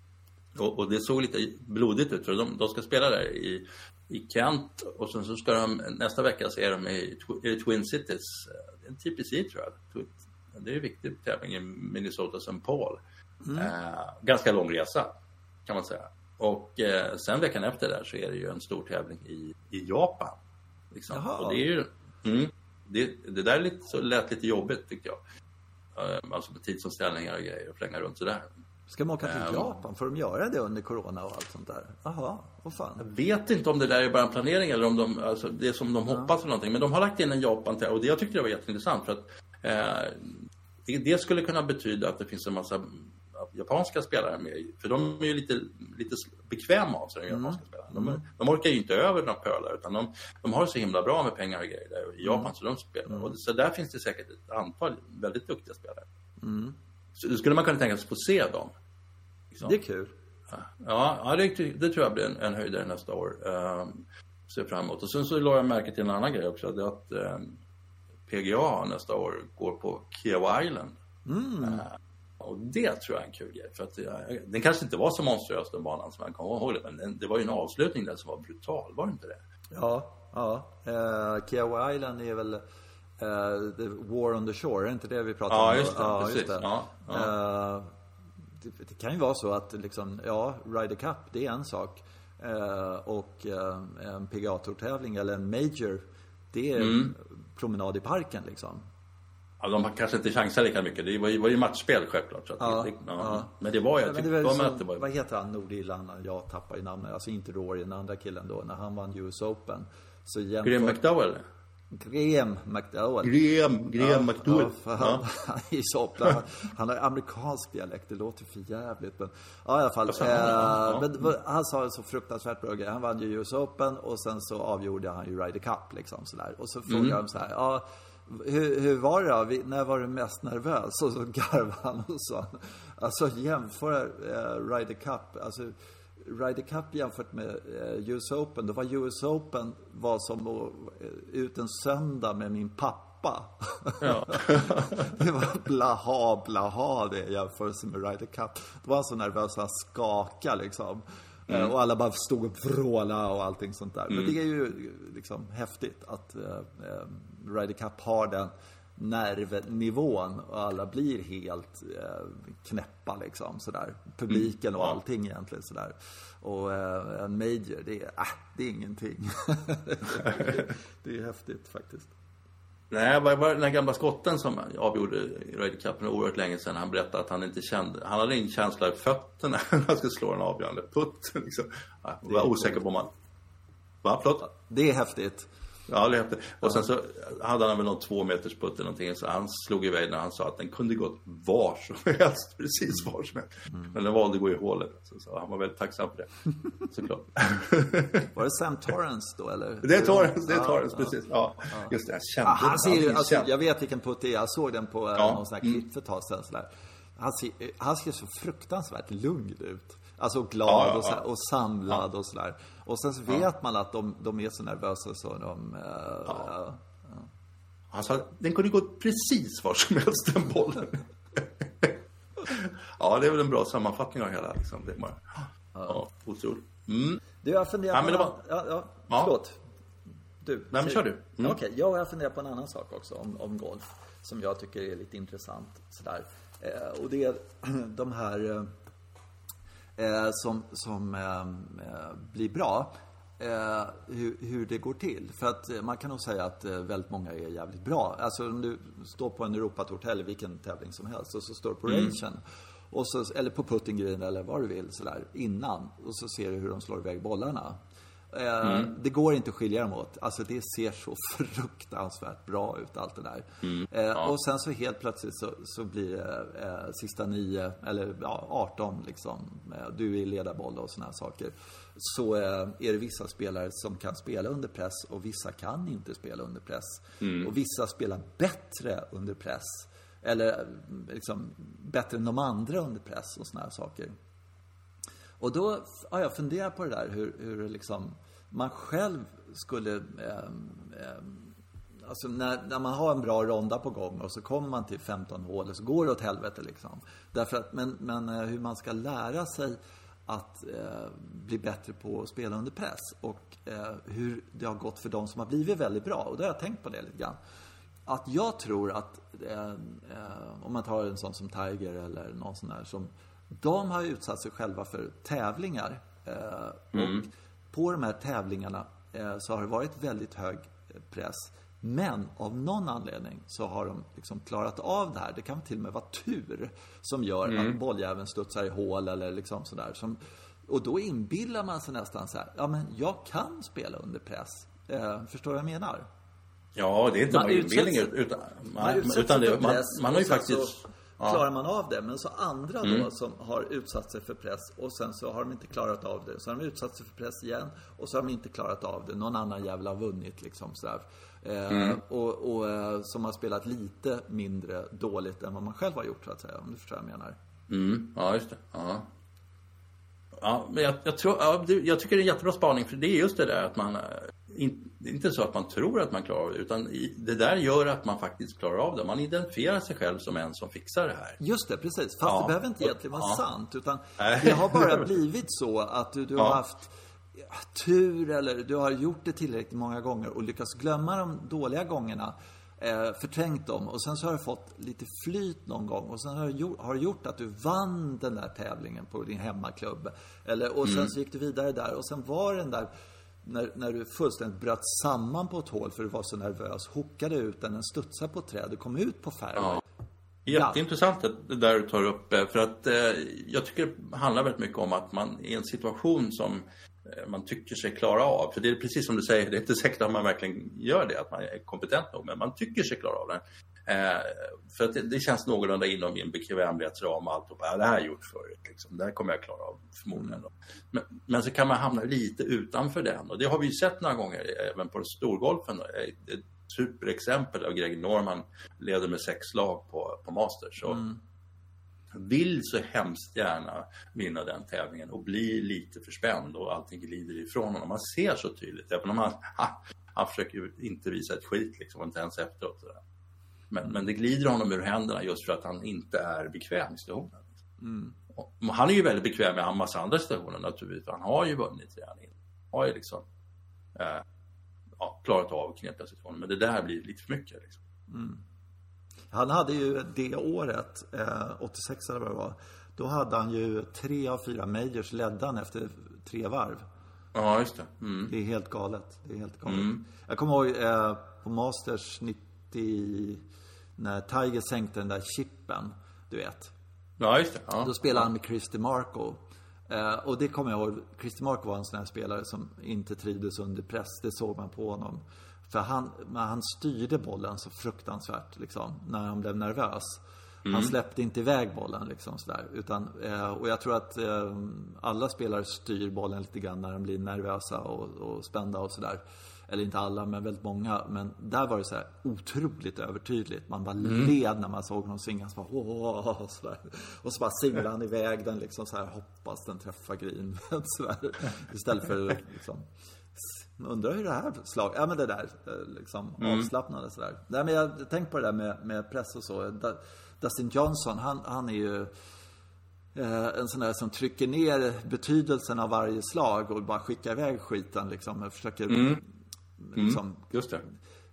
Speaker 2: Och, och det såg lite blodigt ut. För de, de ska spela där i, i Kent. Och sen så ska de, nästa vecka så är de i, i Twin Cities. En T P C tror jag. Det är en viktig tävling i Minnesota Saint Paul. Mm. Eh, ganska lång resa kan man säga. Och eh, sen veckan efter där så är det ju en stor tävling i, i Japan. Liksom. Och det är ju mm, det, det där är lite, så lät lite jobbigt tycker jag. Eh, alltså med tidsomställningar och grejer och flänga runt sådär.
Speaker 1: Ska man åka till um, Japan? Får de göra det under corona och allt sånt där? Jaha, vad fan.
Speaker 2: Jag vet inte om det där är bara en planering eller om de, alltså, det är som de hoppas ja. eller någonting. Men de har lagt in en Japan och det jag tyckte det var jätteintressant för att eh, det, det skulle kunna betyda att det finns en massa japanska spelare med. För de är ju lite, lite bekväma av sig, de japanska mm. spelarna. De, de orkar ju inte över några pölar utan de, de har så himla bra med pengar och grejer där i Japan mm. så de spelar. Mm. Och så där finns det säkert ett antal väldigt duktiga spelare. Mm. Så då skulle man kunna tänka sig få se dem. Liksom.
Speaker 1: Det är kul.
Speaker 2: Ja, ja det, det tror jag blir en, en höjdare nästa år. Um, ser fram emot. Och sen så la jag märke till en annan grej också. Det är att um, P G A nästa år går på Kiawah Island. Mm. Uh, och det tror jag är en kul grej. För att uh, den kanske inte var så monstruös den banan som man kan ihåg det. Men den, det var ju en avslutning där som var brutal. Var det inte det?
Speaker 1: Ja, ja. Uh, Kiawah Island är väl... Uh, the War on the Shore, är inte det vi pratar
Speaker 2: ja,
Speaker 1: om?
Speaker 2: Just det, ja, precis. Just det.
Speaker 1: Ja, ja. Uh, det, det kan ju vara så att liksom, ja, Ryder Cup, det är en sak. Uh, och uh, en P G A-tourtävling eller en Major, det är mm. promenad i parken liksom.
Speaker 2: Ja, de har kanske inte chansat lika mycket. Det var ju, var ju matchspel självklart. Så att
Speaker 1: ja,
Speaker 2: det, ja.
Speaker 1: Ja.
Speaker 2: Men det var ju...
Speaker 1: Ja, det var som, att det var... Vad heter han, Nordirland? Jag tappar ju namnet. Alltså inte Rory, den andra killen då. När han vann U S Open. Så jämfört...
Speaker 2: Graham McDowell?
Speaker 1: Graham McDowell.
Speaker 2: Graham, Graham
Speaker 1: ja,
Speaker 2: McDowell.
Speaker 1: Ja, han, ja. han är så han, han har amerikansk dialekt, det låter för jävligt. Men, ja, i alla fall. Eh, ja. Men, han sa så fruktansvärt bra grej. Han vann ju U S Open och sen så avgjorde han ju Ryder Cup liksom sådär. Och så frågade mm. de så här, ja, hur, hur var det då? Vi, när var du mest nervös? Och så garvade han och sa, alltså jämföra eh, Ryder Cup, alltså Ryder Cup jämfört med eh, U S Open. Då var U S Open var som att eh, ut en söndag med min pappa. Ja. Det var blaha, blaha det jämförelse med Ryder Cup. Det var så nervös, han skakade liksom. Mm. Eh, och alla bara stod och vråla och allting sånt där. Mm. Men det är ju liksom häftigt att eh, Ryder Cup har den nervnivån och alla blir helt eh, knäppa liksom sådär. Publiken mm, ja. och allting egentligen sådär. Och eh, en major, det är, äh, det är ingenting. det, det är häftigt faktiskt.
Speaker 2: Nej, var, var den här gamla skotten som avgjorde i Ryder Cup för oerhört länge sedan. Han berättade att han inte kände, han hade ingen känsla i fötterna när han skulle slå en avgörande putt. Liksom. Jag var osäker på man. Va, förlåt?
Speaker 1: Det är häftigt.
Speaker 2: Ja, det är häftigt. Och sen så hade han väl någon två meters putt eller någonting. Så han slog iväg när han sa att den kunde gått var som helst. Precis var som helst. Mm. Men den valde att gå i hålet. Så, så han var väldigt tacksam för det. Såklart.
Speaker 1: Var det Sam Torrance då? Eller?
Speaker 2: Det är Torrance, det är Torrance, ja, precis. Ja, ja. Just det, jag kände
Speaker 1: ja, han ser,
Speaker 2: han
Speaker 1: alltså, jag vet vilken putt det är. Jag såg den på
Speaker 2: ja.
Speaker 1: någon sån här klipp för ett tag sedan. Sådär. Han, ser, han ser så fruktansvärt lugn ut. Alltså glad ja, ja, och, så här, och samlad ja. och sådär. Och sen så vet ja. man att de, de är så nervösa så de... Uh, ja. Ja, ja.
Speaker 2: Han sa, den kunde gå precis var som helst den bollen. Ja, det är väl en bra sammanfattning av hela liksom. Det är bara, ja, ja otroligt. Mm.
Speaker 1: Du, jag funderar på...
Speaker 2: Ja, var...
Speaker 1: ja, ja, förlåt. Du.
Speaker 2: Nej, men kör du.
Speaker 1: Mm. Okej, okay, jag har funderat på en annan sak också om, om golf. Som jag tycker är lite intressant. Sådär. Eh, och det är de här... Eh, som, som eh, blir bra eh, hur, hur det går till. För att eh, man kan nog säga att eh, väldigt många är jävligt bra. Alltså om du står på en Europatour eller vilken tävling som helst och så står du på mm. rangen och så, eller på putting green eller vad du vill sådär, innan och så ser du hur de slår iväg bollarna. Eh, mm. Det går inte att skilja dem åt. Alltså det ser så fruktansvärt bra ut allt det där. Mm. Eh, ja. Och sen så helt plötsligt så, så blir det eh, sista nio eller ja, arton liksom. Eh, du är i ledarboll och såna här saker. Så eh, är det vissa spelare som kan spela under press och vissa kan inte spela under press. Mm. Och vissa spelar bättre under press. Eller liksom bättre än de andra under press och såna här saker. Och då har jag funderat på det där hur, hur liksom man själv skulle eh, eh, alltså när, när man har en bra ronda på gång och så kommer man till femton hål och så går det åt helvete liksom. Därför att, men, men hur man ska lära sig att eh, bli bättre på att spela under press och eh, hur det har gått för de som har blivit väldigt bra. Och då har jag tänkt på det lite grann. Att jag tror att eh, eh, om man tar en sån som Tiger eller någon sån där som de har utsatt sig själva för tävlingar eh, mm. och på de här tävlingarna eh, så har det varit väldigt hög press. Men av någon anledning så har de liksom klarat av det här. Det kan till och med vara tur som gör mm. att bolljäveln studsar i hål eller liksom sådär. Som, och då inbillar man sig nästan så här, ja men jag kan spela under press. Eh, förstår du vad jag menar?
Speaker 2: Ja, det är inte man bara inbildning utan, man, man, utan det, man, man har ju faktiskt... Så,
Speaker 1: Ja. klarar man av det, men så andra då mm. som har utsatt sig för press och sen så har de inte klarat av det, så har de utsatt sig för press igen och så har de inte klarat av det, någon annan jävla har vunnit liksom sådär. Eh, mm. och, och eh, som har spelat lite mindre dåligt än vad man själv har gjort så att säga, om du förstår vad jag menar.
Speaker 2: Mm. Ja, just det. Ja. Ja, men jag, jag tror ja, det, jag tycker det är en jättebra spaning, för det är just det där att man in, det är inte så att man tror att man klarar av det, utan i, det där gör att man faktiskt klarar av det. Man identifierar sig själv som en som fixar det här.
Speaker 1: Just det, precis. Fast ja. det behöver inte egentligen vara ja. sant, utan det har bara blivit så att du, du har ja. haft tur eller du har gjort det tillräckligt många gånger och lyckats glömma de dåliga gångerna, eh, förträngt dem och sen så har du fått lite flyt någon gång och sen har det gjort, har det gjort att du vann den där tävlingen på din hemmaklubb eller, och sen mm. så gick du vidare där och sen var den där När, när du fullständigt bröt samman på ett hål för du var så nervös, hockade ut den, den studsade på ett träd och kom ut på fairway.
Speaker 2: Ja. Jätteintressant det där du tar upp, för att eh, jag tycker det handlar väldigt mycket om att man i en situation som eh, man tycker sig klara av, för det är precis som du säger, det är inte säkert att man verkligen gör det, att man är kompetent nog, men man tycker sig klara av det. Eh, för att det, det känns någorlunda inom min bekvämlighetsram och allt och bara, det här har jag gjort förut liksom. Det här kommer jag klara av förmodligen då. Men, men så kan man hamna lite utanför den, och det har vi ju sett några gånger även på storgolfen. Ett superexempel av Greg Norman leder med sex slag på, på Masters så mm. vill så hemskt gärna vinna den tävlingen och bli lite förspänd och allting glider ifrån honom. Man ser så tydligt, även om han, ha, han försöker inte visa ett skit liksom, inte ens efteråt sådär. Men, men det glider honom ur händerna just för att han inte är bekväm i situationen. Mm. Han är ju väldigt bekväm med en massa andra situationer naturligtvis. Han har ju vunnit redan. Han har ju liksom eh, ja, klarat av knepiga situationer. Men det där blir lite för mycket. Liksom. Mm.
Speaker 1: Han hade ju det året, eh, åttiosex eller vad det var. Då hade han ju tre av fyra majors leddan efter tre varv.
Speaker 2: Ja, just det. Mm.
Speaker 1: Det är helt galet. Det är helt galet.
Speaker 2: Mm.
Speaker 1: Jag kommer ihåg eh, på Masters nittio när Tiger sänkte den där chippen, du vet.
Speaker 2: Ja, just det. Ja.
Speaker 1: Då spelade han med Chris DiMarco. Eh, och det kommer jag ihåg. Chris DiMarco var en sån här spelare som inte trivdes under press. Det såg man på honom. För han, han styrde bollen så fruktansvärt liksom, när han blev nervös. Mm. Han släppte inte iväg bollen liksom sådär. Utan, eh, och jag tror att eh, alla spelare styr bollen lite grann när de blir nervösa och, och spända och sådär. Eller inte alla, men väldigt många. Men där var det så här otroligt övertydligt. Man bara mm. led när man såg honom svinga så bara, åh, och, så där. Och så bara singlade han iväg den liksom så här, hoppas den träffar green så där. Istället för liksom, undrar hur det här slag, ja men det där liksom mm. avslappnade så där. Nej, men jag tänkte på det där med, med press och så. Dustin Johnson, han, han är ju eh, en sån där som trycker ner betydelsen av varje slag och bara skickar iväg skiten liksom. Jag försöker
Speaker 2: mm.
Speaker 1: liksom,
Speaker 2: mm. just det.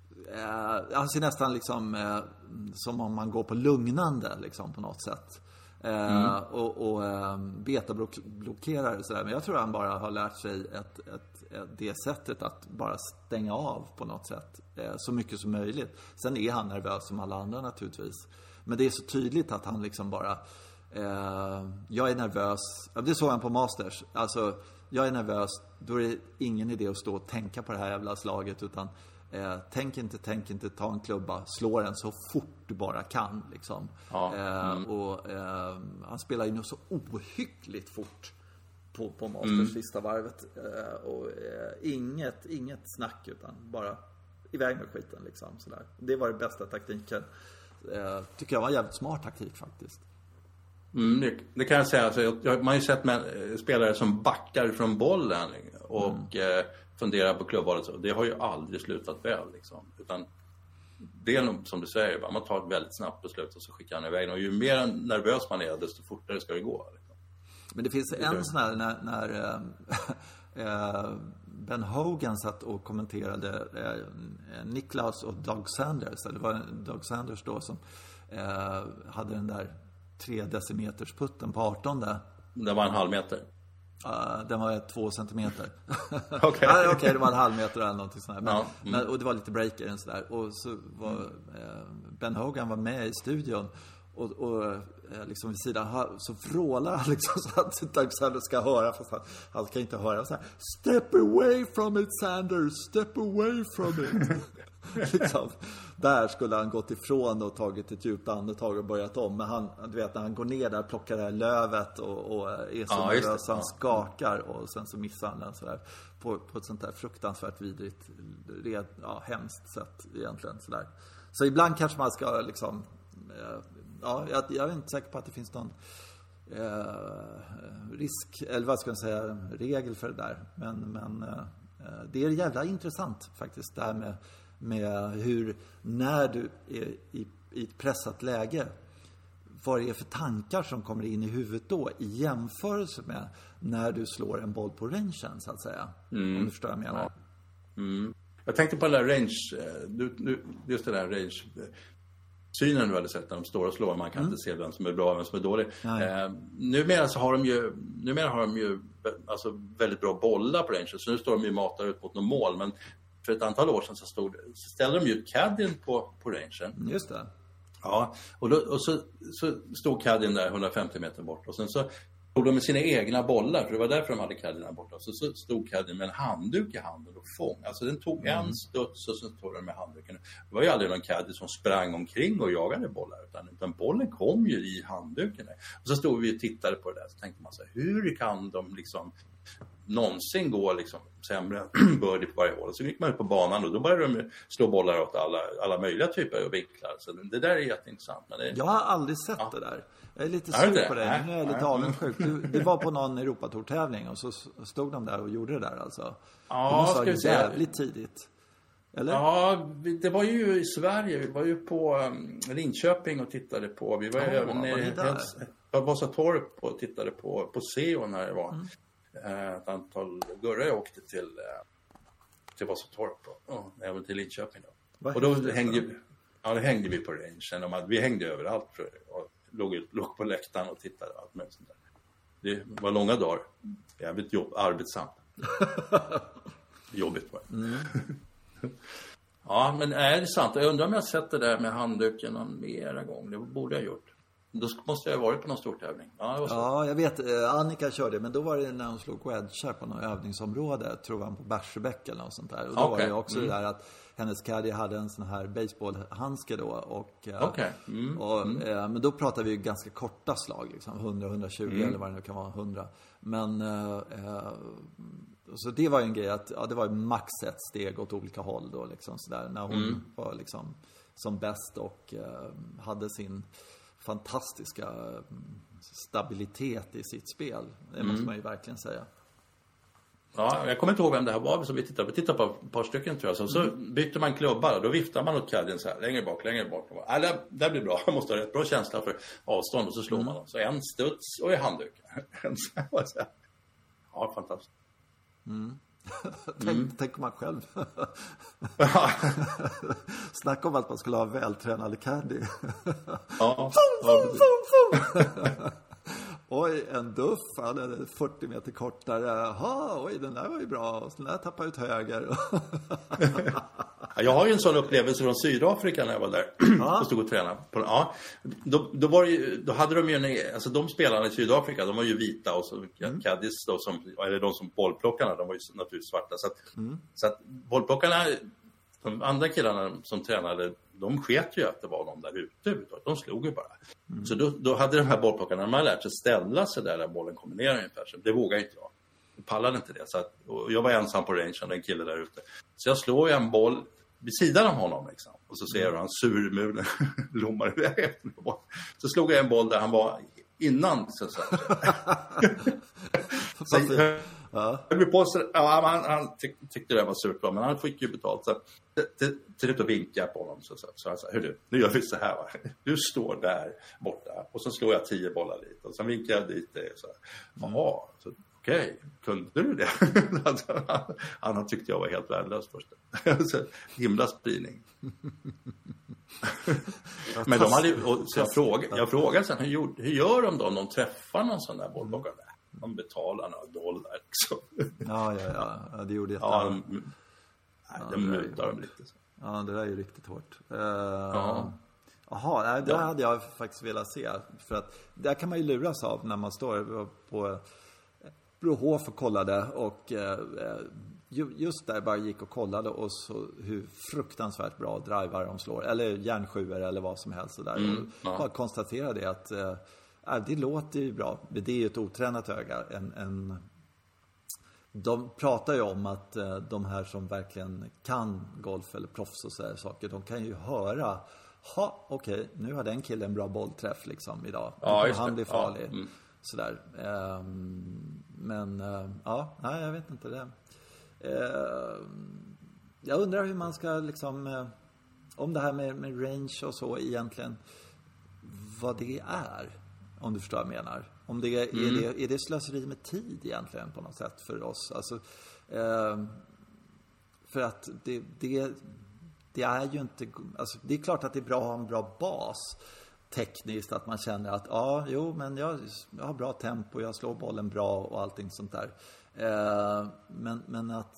Speaker 1: Eh, han ser nästan liksom eh, som om man går på lugnande liksom på något sätt. Eh, mm. Och, och eh, betablockerare sådär. Men jag tror han bara har lärt sig ett, ett, ett, det sättet att bara stänga av på något sätt. Eh, så mycket som möjligt. Sen är han nervös som alla andra naturligtvis. Men det är så tydligt att han liksom bara eh, jag är nervös. Det såg han på Masters. Alltså, jag är nervös. Då är det ingen idé att stå och tänka på det här jävla slaget. Utan eh, tänk inte, tänk inte, ta en klubba. Slå den så fort du bara kan liksom. Ja. Mm. Eh, och eh, han spelar ju nog så ohyggligt fort på, på Masters mm. sista varvet. Eh, och eh, inget, inget snack utan bara iväg med skiten liksom. Sådär. Det var det bästa taktiken. Uh, tycker jag var en jävligt smart taktik faktiskt.
Speaker 2: Mm, det, det kan jag säga. Alltså, jag, man har ju sett med spelare som backar från bollen och mm. eh, funderar på klubbvalet. Det har ju aldrig slutat väl. Liksom. Utan det är nog som du säger. Man tar ett väldigt snabbt beslut och så skickar han iväg. Och ju mer nervös man är, desto fortare ska det gå. Liksom.
Speaker 1: Men det finns en det. sån här när, när äh, Ben Hogan satt och kommenterade eh, Nicklaus och Doug Sanders. Det var Doug Sanders då som eh, hade den där tre decimeters putten på artonde.
Speaker 2: Det var en halv meter.
Speaker 1: Uh, den var två centimeter.
Speaker 2: Okej, okay.
Speaker 1: ja, okay, det var en halv meter eller någonting sånt här. Men,
Speaker 2: ja. mm.
Speaker 1: men, och det var lite breaker och sådär. Och så var mm. eh, Ben Hogan var med i studion. Och, och liksom vid sidan så vrålar han liksom så att Doug Sanders ska höra, fast han, han kan inte höra så här: step away from it, Sanders, step away from it. Liksom, där skulle han gått ifrån och tagit ett djupt andetag och börjat om. Men han, du vet, när han går ner där, plockar det här lövet och, och är så
Speaker 2: ja,
Speaker 1: nervös, han skakar och sen så missar han den så där, på, på ett sånt där fruktansvärt vidrigt, red, ja, hemskt sätt egentligen så där. Så ibland kanske man ska liksom eh, ja, jag, jag är inte säker på att det finns någon eh, risk, eller vad ska jag säga, regel för det där. Men, men eh, det är jävla intressant faktiskt, det här med, med hur, när du är i, i ett pressat läge, vad det är för tankar som kommer in i huvudet då i jämförelse med när du slår en boll på rangen, så att säga. Mm. Om du förstår vad jag menar.
Speaker 2: Ja. Mm. Jag tänkte på den där range, du, du, just det där range synen du hade sett när de står och slår. Man kan mm. inte se vem som är bra och vem som är dålig. Eh, numera så har de ju, numera har de ju alltså, väldigt bra bollar på range. Så nu står de ju och matar ut mot något mål. Men för ett antal år sedan så, stod, så ställde de ju caddien på, på rangen.
Speaker 1: Just det.
Speaker 2: Ja, och, då, och så, så stod caddien där hundrafemtio meter bort. Och sen så stod de med sina egna bollar, för det var därför de hade caddierna borta. Så, så stod caddien med en handduk i handen och fång. Alltså den tog mm. en studs och sen tog den med handduken. Det var ju aldrig någon caddie som sprang omkring och jagade bollar. Utan, utan bollen kom ju i handduken. Och så stod vi och tittade på det där. Så tänkte man så här, hur kan de liksom någonsin gå liksom sämre birdie på varje hål? Och så gick man ut på banan och då började de slå bollar åt alla, alla möjliga typer av vinklar. Så det där är jätteintressant. Men det...
Speaker 1: Jag har aldrig sett ja. det där. Jag är lite sur på det. Nej, nu är jag lite avundsjuk. Det var på någon Europatortävling och så stod de där och gjorde det där alltså.
Speaker 2: Ja,
Speaker 1: det måste vara jävligt tidigt. Eller?
Speaker 2: Ja, det var ju i Sverige. Vi var ju på um, Linköping och tittade på. Vi var ju även nere i Vasatorp och tittade på, på C O när det var. Mm. Ett antal gurrar jag åkte till, till Vasatorp och även till Linköping. Då. Och då hängde ju... Ja, det hängde vi på rangen. Vi hängde överallt. Och låg, låg på läktaren och tittade. Allt med sånt där. Det var långa dagar. Jävligt jobb, arbetsamt. Jobbigt var det. Mm. Ja, men är det sant? Jag undrar om jag sett det där med handduken någon mera gång. Det borde jag gjort. Då måste jag ha varit på någon stor tävling. Ja, det var så.
Speaker 1: Ja, jag vet. Annika körde, men då var det när hon slog wedgar på något övningsområde. Tror jag på Barsebäck eller något sånt där. Och då okay. var det också mm. det där att hennes caddy hade en sån här baseballhandske då. Och,
Speaker 2: okay. mm.
Speaker 1: och,
Speaker 2: mm.
Speaker 1: Eh, men då pratar vi ju ganska korta slag. Liksom, hundra hundratjugo mm. eller vad det nu kan vara, hundra. Men... Eh, så det var ju en grej att ja, det var max ett steg åt olika håll då liksom sådär. När hon mm. var liksom som bäst och eh, hade sin fantastiska stabilitet i sitt spel. Det mm. måste man ju verkligen säga.
Speaker 2: Ja, jag kommer inte ihåg vem det här var som vi tittade på. Vi tittade på ett par stycken tror jag. Så, mm. så bytte man klubbar och då viftar man åt cadden så här. Längre bak, längre bak. Ja, det, det blir bra. Man måste ha rätt bra känsla för avstånd och så slår mm. man. Så en studs och i handduk. Ja, fantastiskt.
Speaker 1: Mm. tänk, mm. tänk man själv. Snacka om att man skulle ha vältränade caddy.
Speaker 2: Ja.
Speaker 1: Oj, en duff. Han är fyrtio meter kortare. Jaha, oj, den där var ju bra. Och den där tappade ut höger.
Speaker 2: Jag har ju en sån upplevelse från Sydafrika när jag var där. Ja. Och stod och tränade. På, ja. då, då, var det ju, då hade de ju en, alltså de spelarna i Sydafrika, de var ju vita och så mm. caddies då som, eller de som bollplockarna, de var ju naturligtvis svarta. Så att, mm. så att bollplockarna, de andra killarna som tränade, de sket ju att det var någon där ute. De slog ju bara. Mm. Så då, då hade de här bollplockarna, man lärt sig ställa sig där, där bollen kommer ner ungefär. Så det vågar inte jag. Jag pallade inte det. Så att, och jag var ensam på rangen, en kille där ute. Så jag slår ju en boll vid sidan av honom liksom. Och så ser jag hur han surmulen lommar iväg efter en boll. Så slog jag en boll där han var innan. Så, så, så jag, ja. jag på så, ja, han, han tyck, tyckte det var surt, men han fick ju betalt. Så till slut att vinka på honom. Så, så, så han sa, hör du, nu gör vi så här va. Du står där borta och så slår jag tio bollar dit. Och sen vinkar jag dit det. Så, jaha, så okej, okay, kunde du det? han, han tyckte jag var helt värdelös först. Så himla spridning. Men de hade, och, så jag frågade, jag frågade sen, hur, hur gör de då om de träffar någon sån där bollbockare? De betalar några dollar. Så.
Speaker 1: Ja, ja, ja, ja, det gjorde jag.
Speaker 2: Ja, de, nej, ja, de mutar dem lite. Så.
Speaker 1: Ja, det där är ju riktigt hårt. Uh, ja. Jaha, det ja. hade jag faktiskt velat se. För att där kan man ju luras av när man står på Brohof och kollade och eh, just där bara gick och kollade och så hur fruktansvärt bra drivar de slår eller järnsjuor eller vad som helst så där. Mm, och ja. Bara konstatera det att eh, det låter ju bra, men det är ju ett otränat öga. En, en, de pratar ju om att eh, de här som verkligen kan golf eller proffs och så här saker, de kan ju höra, ha okej, okay, nu har den killen en bra bollträff liksom idag.
Speaker 2: Ja, just
Speaker 1: han blir farlig.
Speaker 2: Ja, mm.
Speaker 1: Sådär. Um, men uh, ja, nej, jag vet inte det. Uh, jag undrar hur man ska liksom uh, om det här med, med range och så egentligen vad det är, om du förstår vad jag menar. Om det är, mm. är, det, är det slöseri med tid egentligen på något sätt för oss? Alltså, uh, för att det, det, det är ju inte, alltså, det är klart att det är bra att ha en bra bas tekniskt, att man känner att ja, jo, men jag, jag har bra tempo, jag slår bollen bra och allting sånt där. Eh, men, men att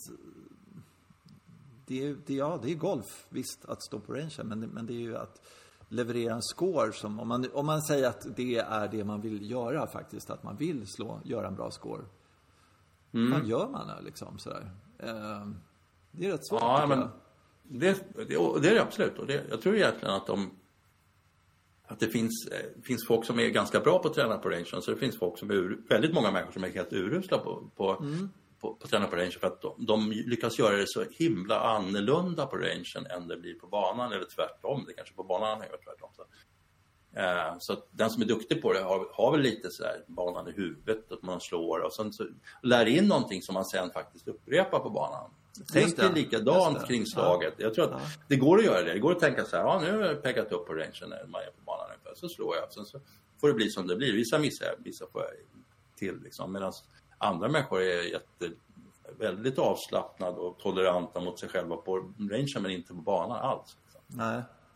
Speaker 1: det, det, ja, det är golf, visst, att stå på range, men det, men det är ju att leverera en score som, om man, om man säger att det är det man vill göra faktiskt, att man vill slå, göra en bra score. Mm. Vad gör man då, liksom sådär? Eh, det är rätt svårt.
Speaker 2: Ja, men det, det, det är det absolut, och det, jag tror egentligen att de att det finns, eh, finns folk som är ganska bra på att träna på range, så det finns folk som är ur, väldigt många människor som är helt urusla på, på, mm. på, på att träna på range, för att de, de lyckas göra det så himla annorlunda på rangen än det blir på banan, eller tvärtom. Det kanske på banan är tvärtom. Så, eh, så att den som är duktig på det har, har väl lite så här banan i huvudet, att man slår och sen så lär in någonting som man sen faktiskt upprepar på banan. Tänk dig likadant kring slaget. Ja. Jag tror att ja. det går att göra det. Det går att tänka så här, ja, nu har jag pekat upp på rangen när man är på banan ungefär. Så slår jag. Sen så får det bli som det blir. Vissa missar jag, vissa får jag till liksom. Medan andra människor är jätte, väldigt avslappnade och toleranta mot sig själva på rangen, men inte på banan alls. Liksom.
Speaker 1: Nej.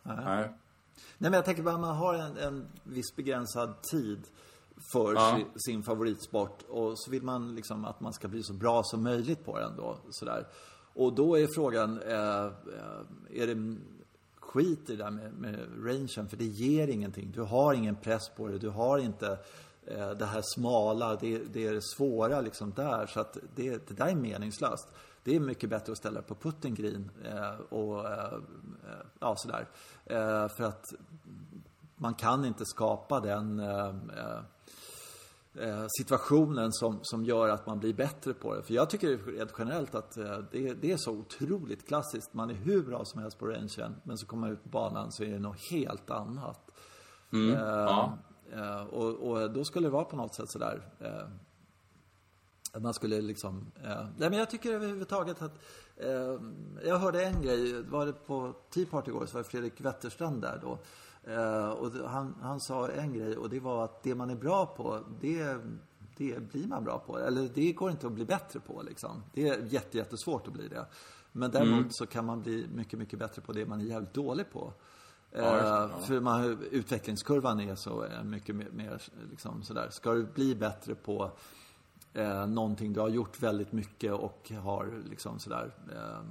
Speaker 1: Nej. Nej, men jag tänker bara man har en, en viss begränsad tid för ja. sin, sin favoritsport. Och så vill man liksom att man ska bli så bra som möjligt på den då. Sådär. Och då är frågan, eh, är det skit i det där med, med rangen? För det ger ingenting. Du har ingen press på det. Du har inte eh, det här smala. Det, det är det svåra liksom där. Så att det, det där är meningslöst. Det är mycket bättre att ställa på putten green eh, och eh, ja, sådär. Eh, för att man kan inte skapa den eh, eh, situationen som, som gör att man blir bättre på det. För jag tycker rent generellt att eh, det, det är så otroligt klassiskt. Man är hur bra som helst på rangen, men så kommer man ut på banan så är det något helt annat. Mm, eh, ja. eh, och, och då skulle det vara på något sätt sådär... Eh, att man skulle liksom... Eh, nej, men jag tycker överhuvudtaget att... Eh, jag hörde en grej, var det på Tea Party igår, så var det Fredrik Wetterstrand där då. Eh, och han, han sa en grej, och det var att det man är bra på, det, det blir man bra på. Eller det går inte att bli bättre på liksom. Det är jätte, jättesvårt att bli det. Men däremot mm. så kan man bli mycket, mycket bättre på det man är jävligt dålig på. Eh, ja, ja. För man, utvecklingskurvan är så mycket mer, mer liksom sådär. Ska du bli bättre på... Eh, någonting du har gjort väldigt mycket och har liksom sådär eh,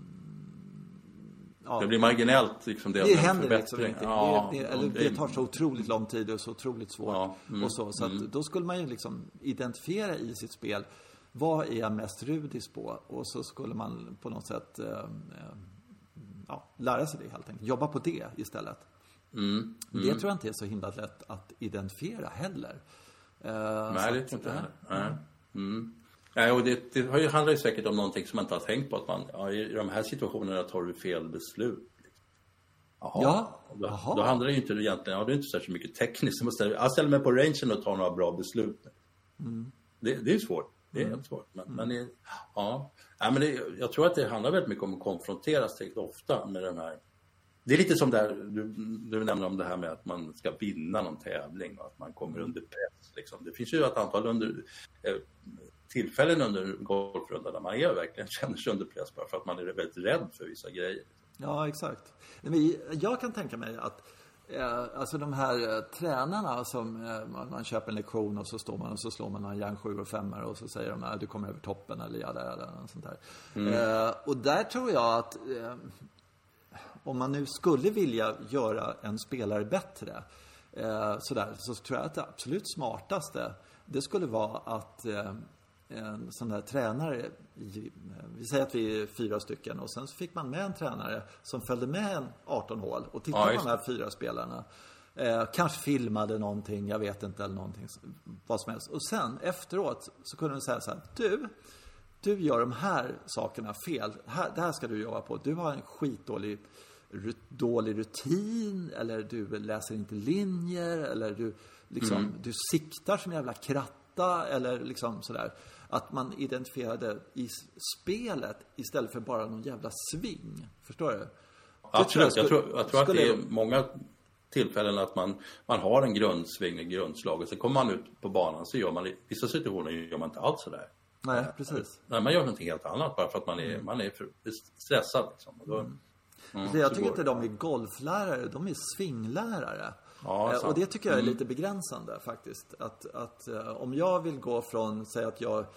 Speaker 2: ja. Det blir marginellt liksom det,
Speaker 1: det händer liksom inte
Speaker 2: ja,
Speaker 1: det, det, eller det tar så otroligt lång tid och så otroligt svårt ja, mm, och så, så att mm. då skulle man ju liksom identifiera i sitt spel vad är jag mest rudis på, och så skulle man på något sätt eh, ja, lära sig det helt enkelt, jobba på det istället. mm, mm. Det tror jag inte är så himla lätt att identifiera heller. eh,
Speaker 2: Nej, det tror inte heller. Nej. Mm. Ja, och det, det har ju, handlar ju säkert om någonting som man inte har tänkt på, att man, ja, i de här situationerna tar du fel beslut. Jaha.
Speaker 1: Ja.
Speaker 2: Då, då handlar det ju inte egentligen, ja, det är inte särskilt mycket tekniskt. Jag ställer, jag ställer mig på rangen och tar några bra beslut. Mm. Det, det är ju svårt. Det är mm. helt svårt. Men, mm. men det, ja. Ja, men det, jag tror att det handlar väldigt mycket om att konfronteras till ofta med den här. Det är lite som där, du, du nämnde om det här med att man ska vinna någon tävling och att man kommer under press. Liksom. Det finns ju ett antal under, eh, tillfällen under golfrundan där man är verkligen känner sig under press bara för att man är väldigt rädd för vissa grejer.
Speaker 1: Ja, exakt. Men jag kan tänka mig att eh, alltså de här eh, tränarna som eh, man, man köper en lektion och så står man och så slår man en järn sju och femmor och så säger de att du kommer över toppen eller ja, eller något sånt där. Mm. Eh, och där tror jag att... Eh, om man nu skulle vilja göra en spelare bättre eh, sådär, så tror jag att det absolut smartaste det skulle vara att eh, en sån där tränare, vi säger att vi är fyra stycken och sen så fick man med en tränare som följde med en arton hål och tittade ja, på de här fyra spelarna. Eh, kanske filmade någonting, jag vet inte, eller någonting, vad som helst. Och sen efteråt så kunde de säga så här: du, du gör de här sakerna fel. Här, det här ska du jobba på. Du har en skitdålig dålig rutin, eller du läser inte linjer, eller du liksom, mm. du siktar som jävla kratta, eller liksom sådär. Att man identifierade i spelet istället för bara någon jävla sving. Förstår du?
Speaker 2: Absolut, jag, skulle, jag tror, jag tror att det är många tillfällen att man, man har en grundsving, en grundslag, och så kommer man ut på banan så gör man, i vissa situationer gör man inte alls sådär.
Speaker 1: Nej, precis.
Speaker 2: Nej, man gör någonting helt annat bara för att man är, mm. man är för stressad liksom. Och då,
Speaker 1: mm. Mm, det jag tycker inte de är golflärare, de är svinglärare. Ja, och det tycker jag är lite begränsande faktiskt. Att, att om jag vill gå från, säg att jag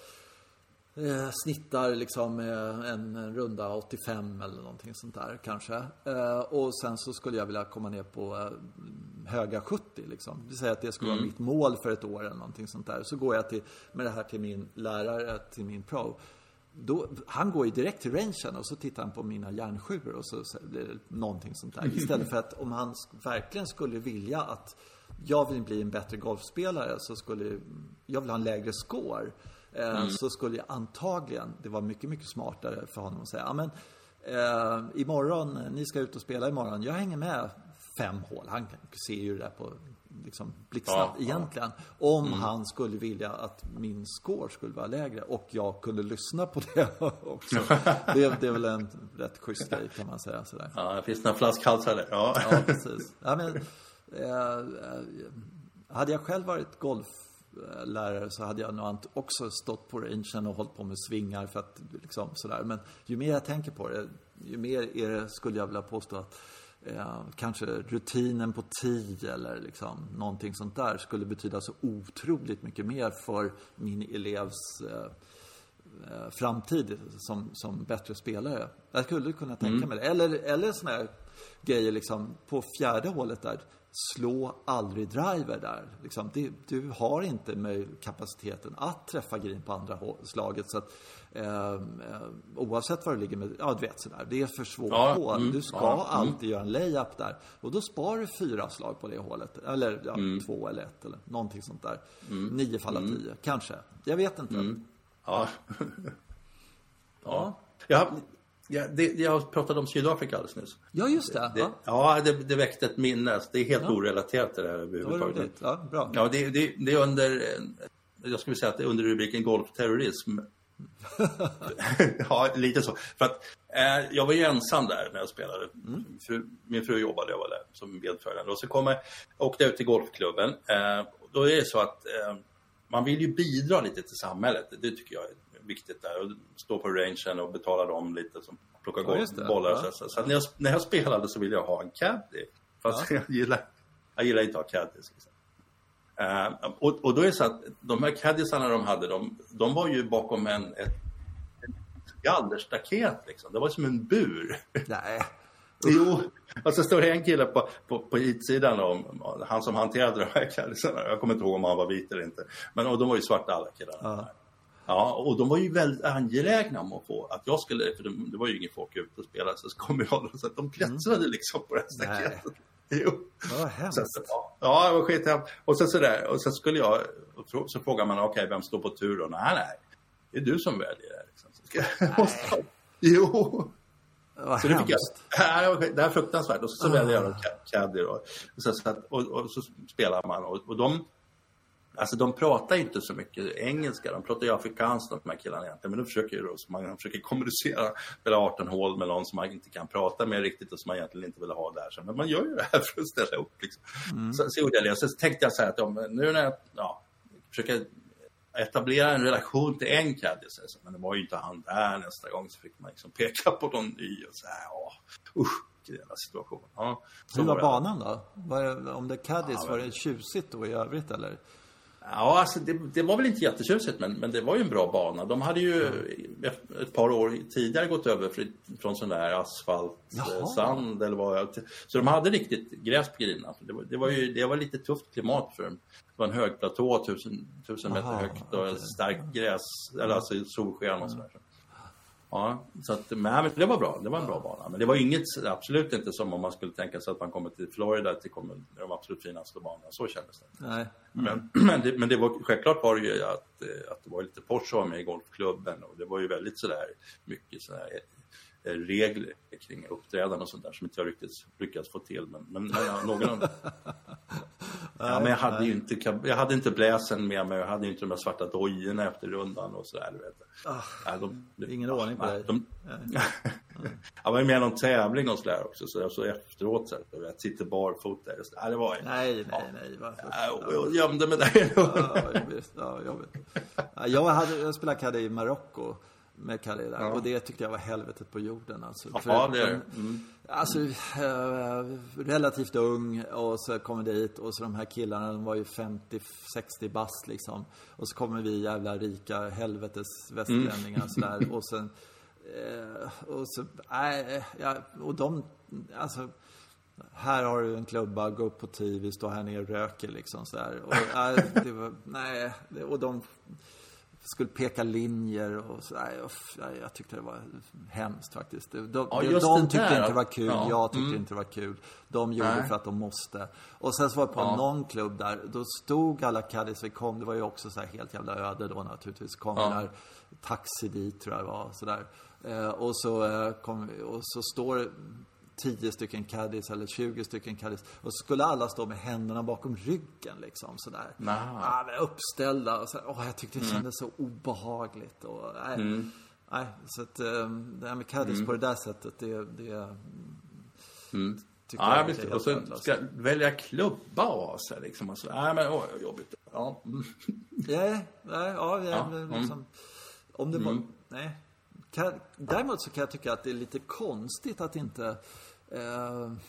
Speaker 1: eh, snittar liksom eh, en, en runda åttiofem eller någonting sånt där kanske. Eh, och sen så skulle jag vilja komma ner på eh, höga sjuttio liksom. Det säger att det skulle mm. vara mitt mål för ett år eller någonting sånt där. Så går jag till, med det här till min lärare, till min pro. Då, han går ju direkt till rangen och så tittar han på mina järnsjuor och så, så blir det någonting sånt där. Istället för att om han verkligen skulle vilja att jag vill bli en bättre golfspelare, så skulle jag vill ha en lägre score, eh, mm. så skulle jag antagligen, det var mycket, mycket smartare för honom att säga, ja men eh, imorgon, ni ska ut och spela imorgon, jag hänger med fem hål. Han ser ju det där på liksom blixtsnabbt ja, egentligen. Ja. Om mm. han skulle vilja att min score skulle vara lägre och jag kunde lyssna på det också. det, det är väl en rätt schysst grej, kan man säga sådär.
Speaker 2: Ja, det finns några flaskhalsar där. Ja,
Speaker 1: ja precis. Ja, men, eh, hade jag själv varit golflärare så hade jag nog också stått på rangen och hållit på med svingar för att liksom sådär. Men ju mer jag tänker på det, ju mer är det, skulle jag vilja påstå att eh, kanske rutinen på tio eller liksom någonting sånt där skulle betyda så otroligt mycket mer för min elevs eh, framtid som, som bättre spelare. Jag skulle kunna tänka mm. mig det. Eller, eller såna här grejer liksom på fjärde hålet där. Slå aldrig driver där. Liksom, det, du har inte med kapaciteten att träffa green på andra slaget. Så att, eh, oavsett vad du ligger med, ja du vet sådär. Det är för svårt
Speaker 2: ja,
Speaker 1: hål.
Speaker 2: mm,
Speaker 1: Du ska
Speaker 2: ja,
Speaker 1: alltid
Speaker 2: mm.
Speaker 1: göra en layup där. Och då sparar du fyra slag på det hålet. Eller ja, mm. två eller ett eller någonting sånt där. Mm. Nio fall av
Speaker 2: mm.
Speaker 1: tio. Kanske. Jag vet inte.
Speaker 2: Mm. Ja. ja. Ja. Ja, det, jag pratade om Sydafrika alldeles nyss.
Speaker 1: Ja, just det.
Speaker 2: det ja, det, det väckte ett minne. Det är helt ja. orelaterat till det här överhuvudtaget.
Speaker 1: Ja, bra.
Speaker 2: Ja, det, det, det är under, jag skulle säga att det är under rubriken golfterrorism. Ja, lite så. För att eh, jag var ju ensam där när jag spelade. Mm. Fru, min fru jobbade, jag var där som medföljande. Och så kom jag, åkte jag ut till golfklubben. Eh, då är det så att eh, man vill ju bidra lite till samhället. Det tycker jag är viktigt där. Och stå på rangen och betala dem lite som plockar ja, golfbollar. Ja. Så, så att när, jag, när jag spelade så ville jag ha en caddy. Fast ja. jag, gillar, jag gillar inte att ha caddy. Uh, och, och då är det så att de här caddiesarna de hade, de, de var ju bakom en, ett, ett gallerstaket liksom. Det var som en bur.
Speaker 1: Nej.
Speaker 2: Jo, och så står det en kille på, på, på hitsidan om han som hanterade de här caddiesarna. Jag kommer inte ihåg om han var vit eller inte. Men och de var ju svarta alla killarna. Ja. Ja, och de var ju väldigt angelägna om att få att jag skulle, för det, det var ju ingen folk ute och spela, så kom jag och så att de klättrade mm. liksom på det här staketet. Jo.
Speaker 1: Vad hemskt.
Speaker 2: Så, ja, det var skithemskt. Och sen så där, och sen skulle jag, så frågar man, okej, okay, vem står på tur? Och nej, nej, det är du som väljer det. Liksom. Så ska jag, jo.
Speaker 1: Vad
Speaker 2: så
Speaker 1: det
Speaker 2: fick jag, det, var, det är fruktansvärt. Och så, så oh. väljer jag en caddy då. Så, så att, och, och så spelar man. Och, och de, alltså de pratar inte så mycket engelska. De pratar ju afrikanskt, de här killarna egentligen. Men de försöker ju då, så man försöker kommunicera, spela arton hål med någon som man inte kan prata med riktigt och som man egentligen inte vill ha där. Men man gör ju det här för att ställa upp liksom. Mm. Så, så gjorde jag det. Så tänkte jag så här att om, nu när jag ja, försöker etablera en relation till en caddy, men det var ju inte han där nästa gång, så fick man liksom peka på någon ny och så här, ja, usch. Hela situation. Ja,
Speaker 1: hur var, var banan då? Var det, om det är caddies, ja, var det tjusigt då i övrigt eller?
Speaker 2: Ja, alltså det, det var väl inte jättetjusigt, men, men det var ju en bra bana. De hade ju mm. ett par år tidigare gått över från sån där asfalt, Jaha. sand eller vad jag, så de hade riktigt gräs på grinerna. Det var, det var ju det var lite tufft klimat för dem. Det var en hög platå, tusen, tusen meter Aha, högt och okay. starkt gräs, eller alltså solsken och sådär. Ja, så att, men det var bra, det var en bra bana. Men det var inget, absolut inte som om man skulle tänka sig att man kommer till Florida till kommer de absolut finaste banorna. Så kändes det.
Speaker 1: Nej.
Speaker 2: Men, men, det, men det var, självklart var det ju att, att det var lite Porsche med i golfklubben. Och det var ju väldigt sådär mycket sådär regler kring uppträdande och sånt där som inte jag riktigt lyckats få till. Men, men, men ja, någon ja, men jag hade ju inte, jag hade inte bläsen med mig. Jag hade inte de där svarta dojorna efter rundan och sådär. Du vet.
Speaker 1: Ah,
Speaker 2: ja, de,
Speaker 1: ingen ordning på dig.
Speaker 2: De, jag var med någon tävling och sådär också. Så jag så efteråt så här, jag sitter barfot där. Så, ja, det var,
Speaker 1: nej, nej, nej. Varför?
Speaker 2: Ja, och jag gömde mig där.
Speaker 1: Ja, ja, jag vet. Jag, hade, jag spelade caddy i Marocko. Med Kalle där. Ja. Och det tyckte jag var helvetet på jorden. Alltså,
Speaker 2: ja,
Speaker 1: för,
Speaker 2: det är det. Mm.
Speaker 1: Alltså, äh, relativt ung och så kommer dit och så de här killarna, de var ju femtio sextio bast liksom. Och så kommer vi jävla rika helvetes västlänningar mm. sådär. Och sen, äh, och så, äh, ja, och de, alltså, här har du en klubba, gå upp på T V, stå här nere och röker liksom sådär. Och, äh, det var, nej, det, och de skulle peka linjer och så där. Jag, jag tyckte det var hemskt faktiskt. De, de,
Speaker 2: ja,
Speaker 1: de tyckte där, inte det var kul,
Speaker 2: ja.
Speaker 1: jag tyckte
Speaker 2: mm.
Speaker 1: inte det var kul. De gjorde
Speaker 2: Nej.
Speaker 1: för att de måste. Och sen så var det på ja. någon klubb där, då stod alla caddies vi kom, det var ju också så här helt jävla öde då naturligtvis. Kom ja. där taxi dit tror jag det var. Så där. Eh, och, så, eh, kom, och så står tio stycken caddies eller tjugo stycken caddies och så skulle alla stå med händerna bakom ryggen liksom sådär. Ja, men uppställda och så, åh, jag tyckte det mm. kändes så obehagligt och nej, mm. nej så att um, det här med caddies mm. på det där sättet det det
Speaker 2: mm. ja, jag visst, och så ska jag välja klubba av sig liksom och så nej men åh, jobbigt. Ja. Mm.
Speaker 1: nej, nej, ja, ja liksom,
Speaker 2: mm.
Speaker 1: om det var mm. nej. Kan, däremot så kan jag tycka att det är lite konstigt att inte eh,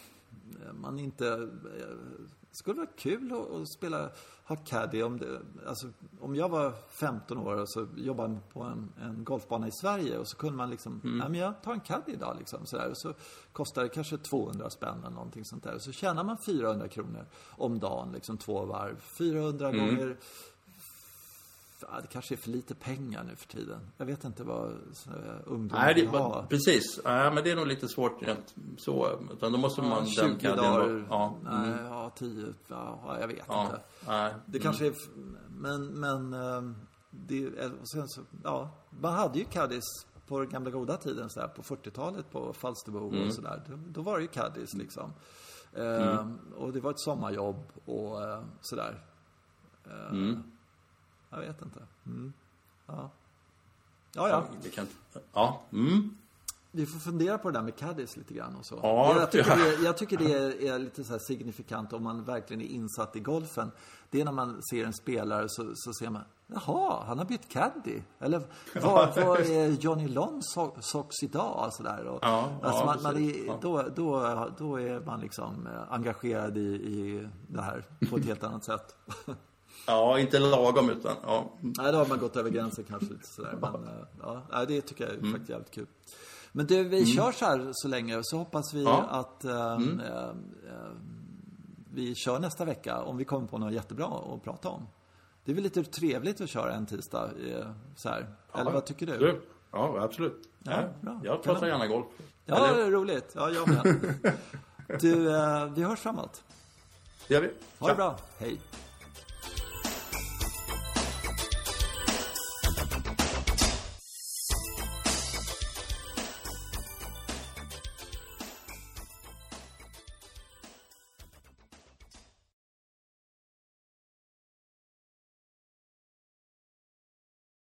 Speaker 1: man inte... Eh, skulle vara kul att, att spela, ha caddy om det, alltså, om jag var femton år och så jobbade på en, en golfbana i Sverige och så kunde man liksom, mm. ja men jag tar en caddy idag liksom, sådär, och så kostar det kanske tvåhundra spänn eller någonting sånt där, och så tjänar man fyrahundra kronor om dagen, liksom två varv, fyrahundra mm. gånger. Ja, det kanske är för lite pengar nu för tiden. Jag vet inte vad ungdomar
Speaker 2: Nej, det,
Speaker 1: vill ha.
Speaker 2: Precis. Ja, men det är nog lite svårt rent så. Utan då måste man...
Speaker 1: Ja, tjugo dagar.
Speaker 2: Ja.
Speaker 1: Nej,
Speaker 2: Mm.
Speaker 1: ja, tio. Ja, jag vet
Speaker 2: ja.
Speaker 1: inte.
Speaker 2: Nej.
Speaker 1: Det kanske är... Men... men det, sen så, ja, man hade ju caddies på den gamla goda tiden. Så här, på fyrtiotalet på Falsterbo mm. och sådär. Då, då var det ju caddies liksom. Mm. Ehm, och det var ett sommarjobb och sådär. Ehm, mm. Jag vet inte. Mm. Ja. Ja, ja.
Speaker 2: Det kan... Ja. Mm.
Speaker 1: Vi får fundera på det där med caddies lite grann och så.
Speaker 2: Ja,
Speaker 1: jag, tycker det är, jag tycker det är, är lite så här signifikant om man verkligen är insatt i golfen. Det är när man ser en spelare så, så ser man, jaha, han har bytt caddy. Eller vad, vad är Johnny Lons socks idag? Alltså där. Och,
Speaker 2: ja,
Speaker 1: alltså
Speaker 2: ja,
Speaker 1: man, man är, då, då, då är man liksom engagerad i, i det här på ett helt annat sätt.
Speaker 2: Ja, inte lagom utan, ja.
Speaker 1: Nej, då har man gått över gränsen kanske lite sådär. Men ja, det tycker jag är mm. faktiskt jävligt kul. Men du, vi mm. kör så här så länge, så hoppas vi ja. att äh, mm. äh, äh, vi kör nästa vecka om vi kommer på något jättebra att prata om. Det är väl lite trevligt att köra en tisdag äh, så här.
Speaker 2: Ja,
Speaker 1: eller vad tycker du?
Speaker 2: Ja, absolut.
Speaker 1: Ja, bra.
Speaker 2: Jag pratar gärna golf.
Speaker 1: Ja, eller? Det är roligt. Ja, jag med. Du, äh, vi hörs framåt.
Speaker 2: Det gör vi.
Speaker 1: Ha det bra. Hej.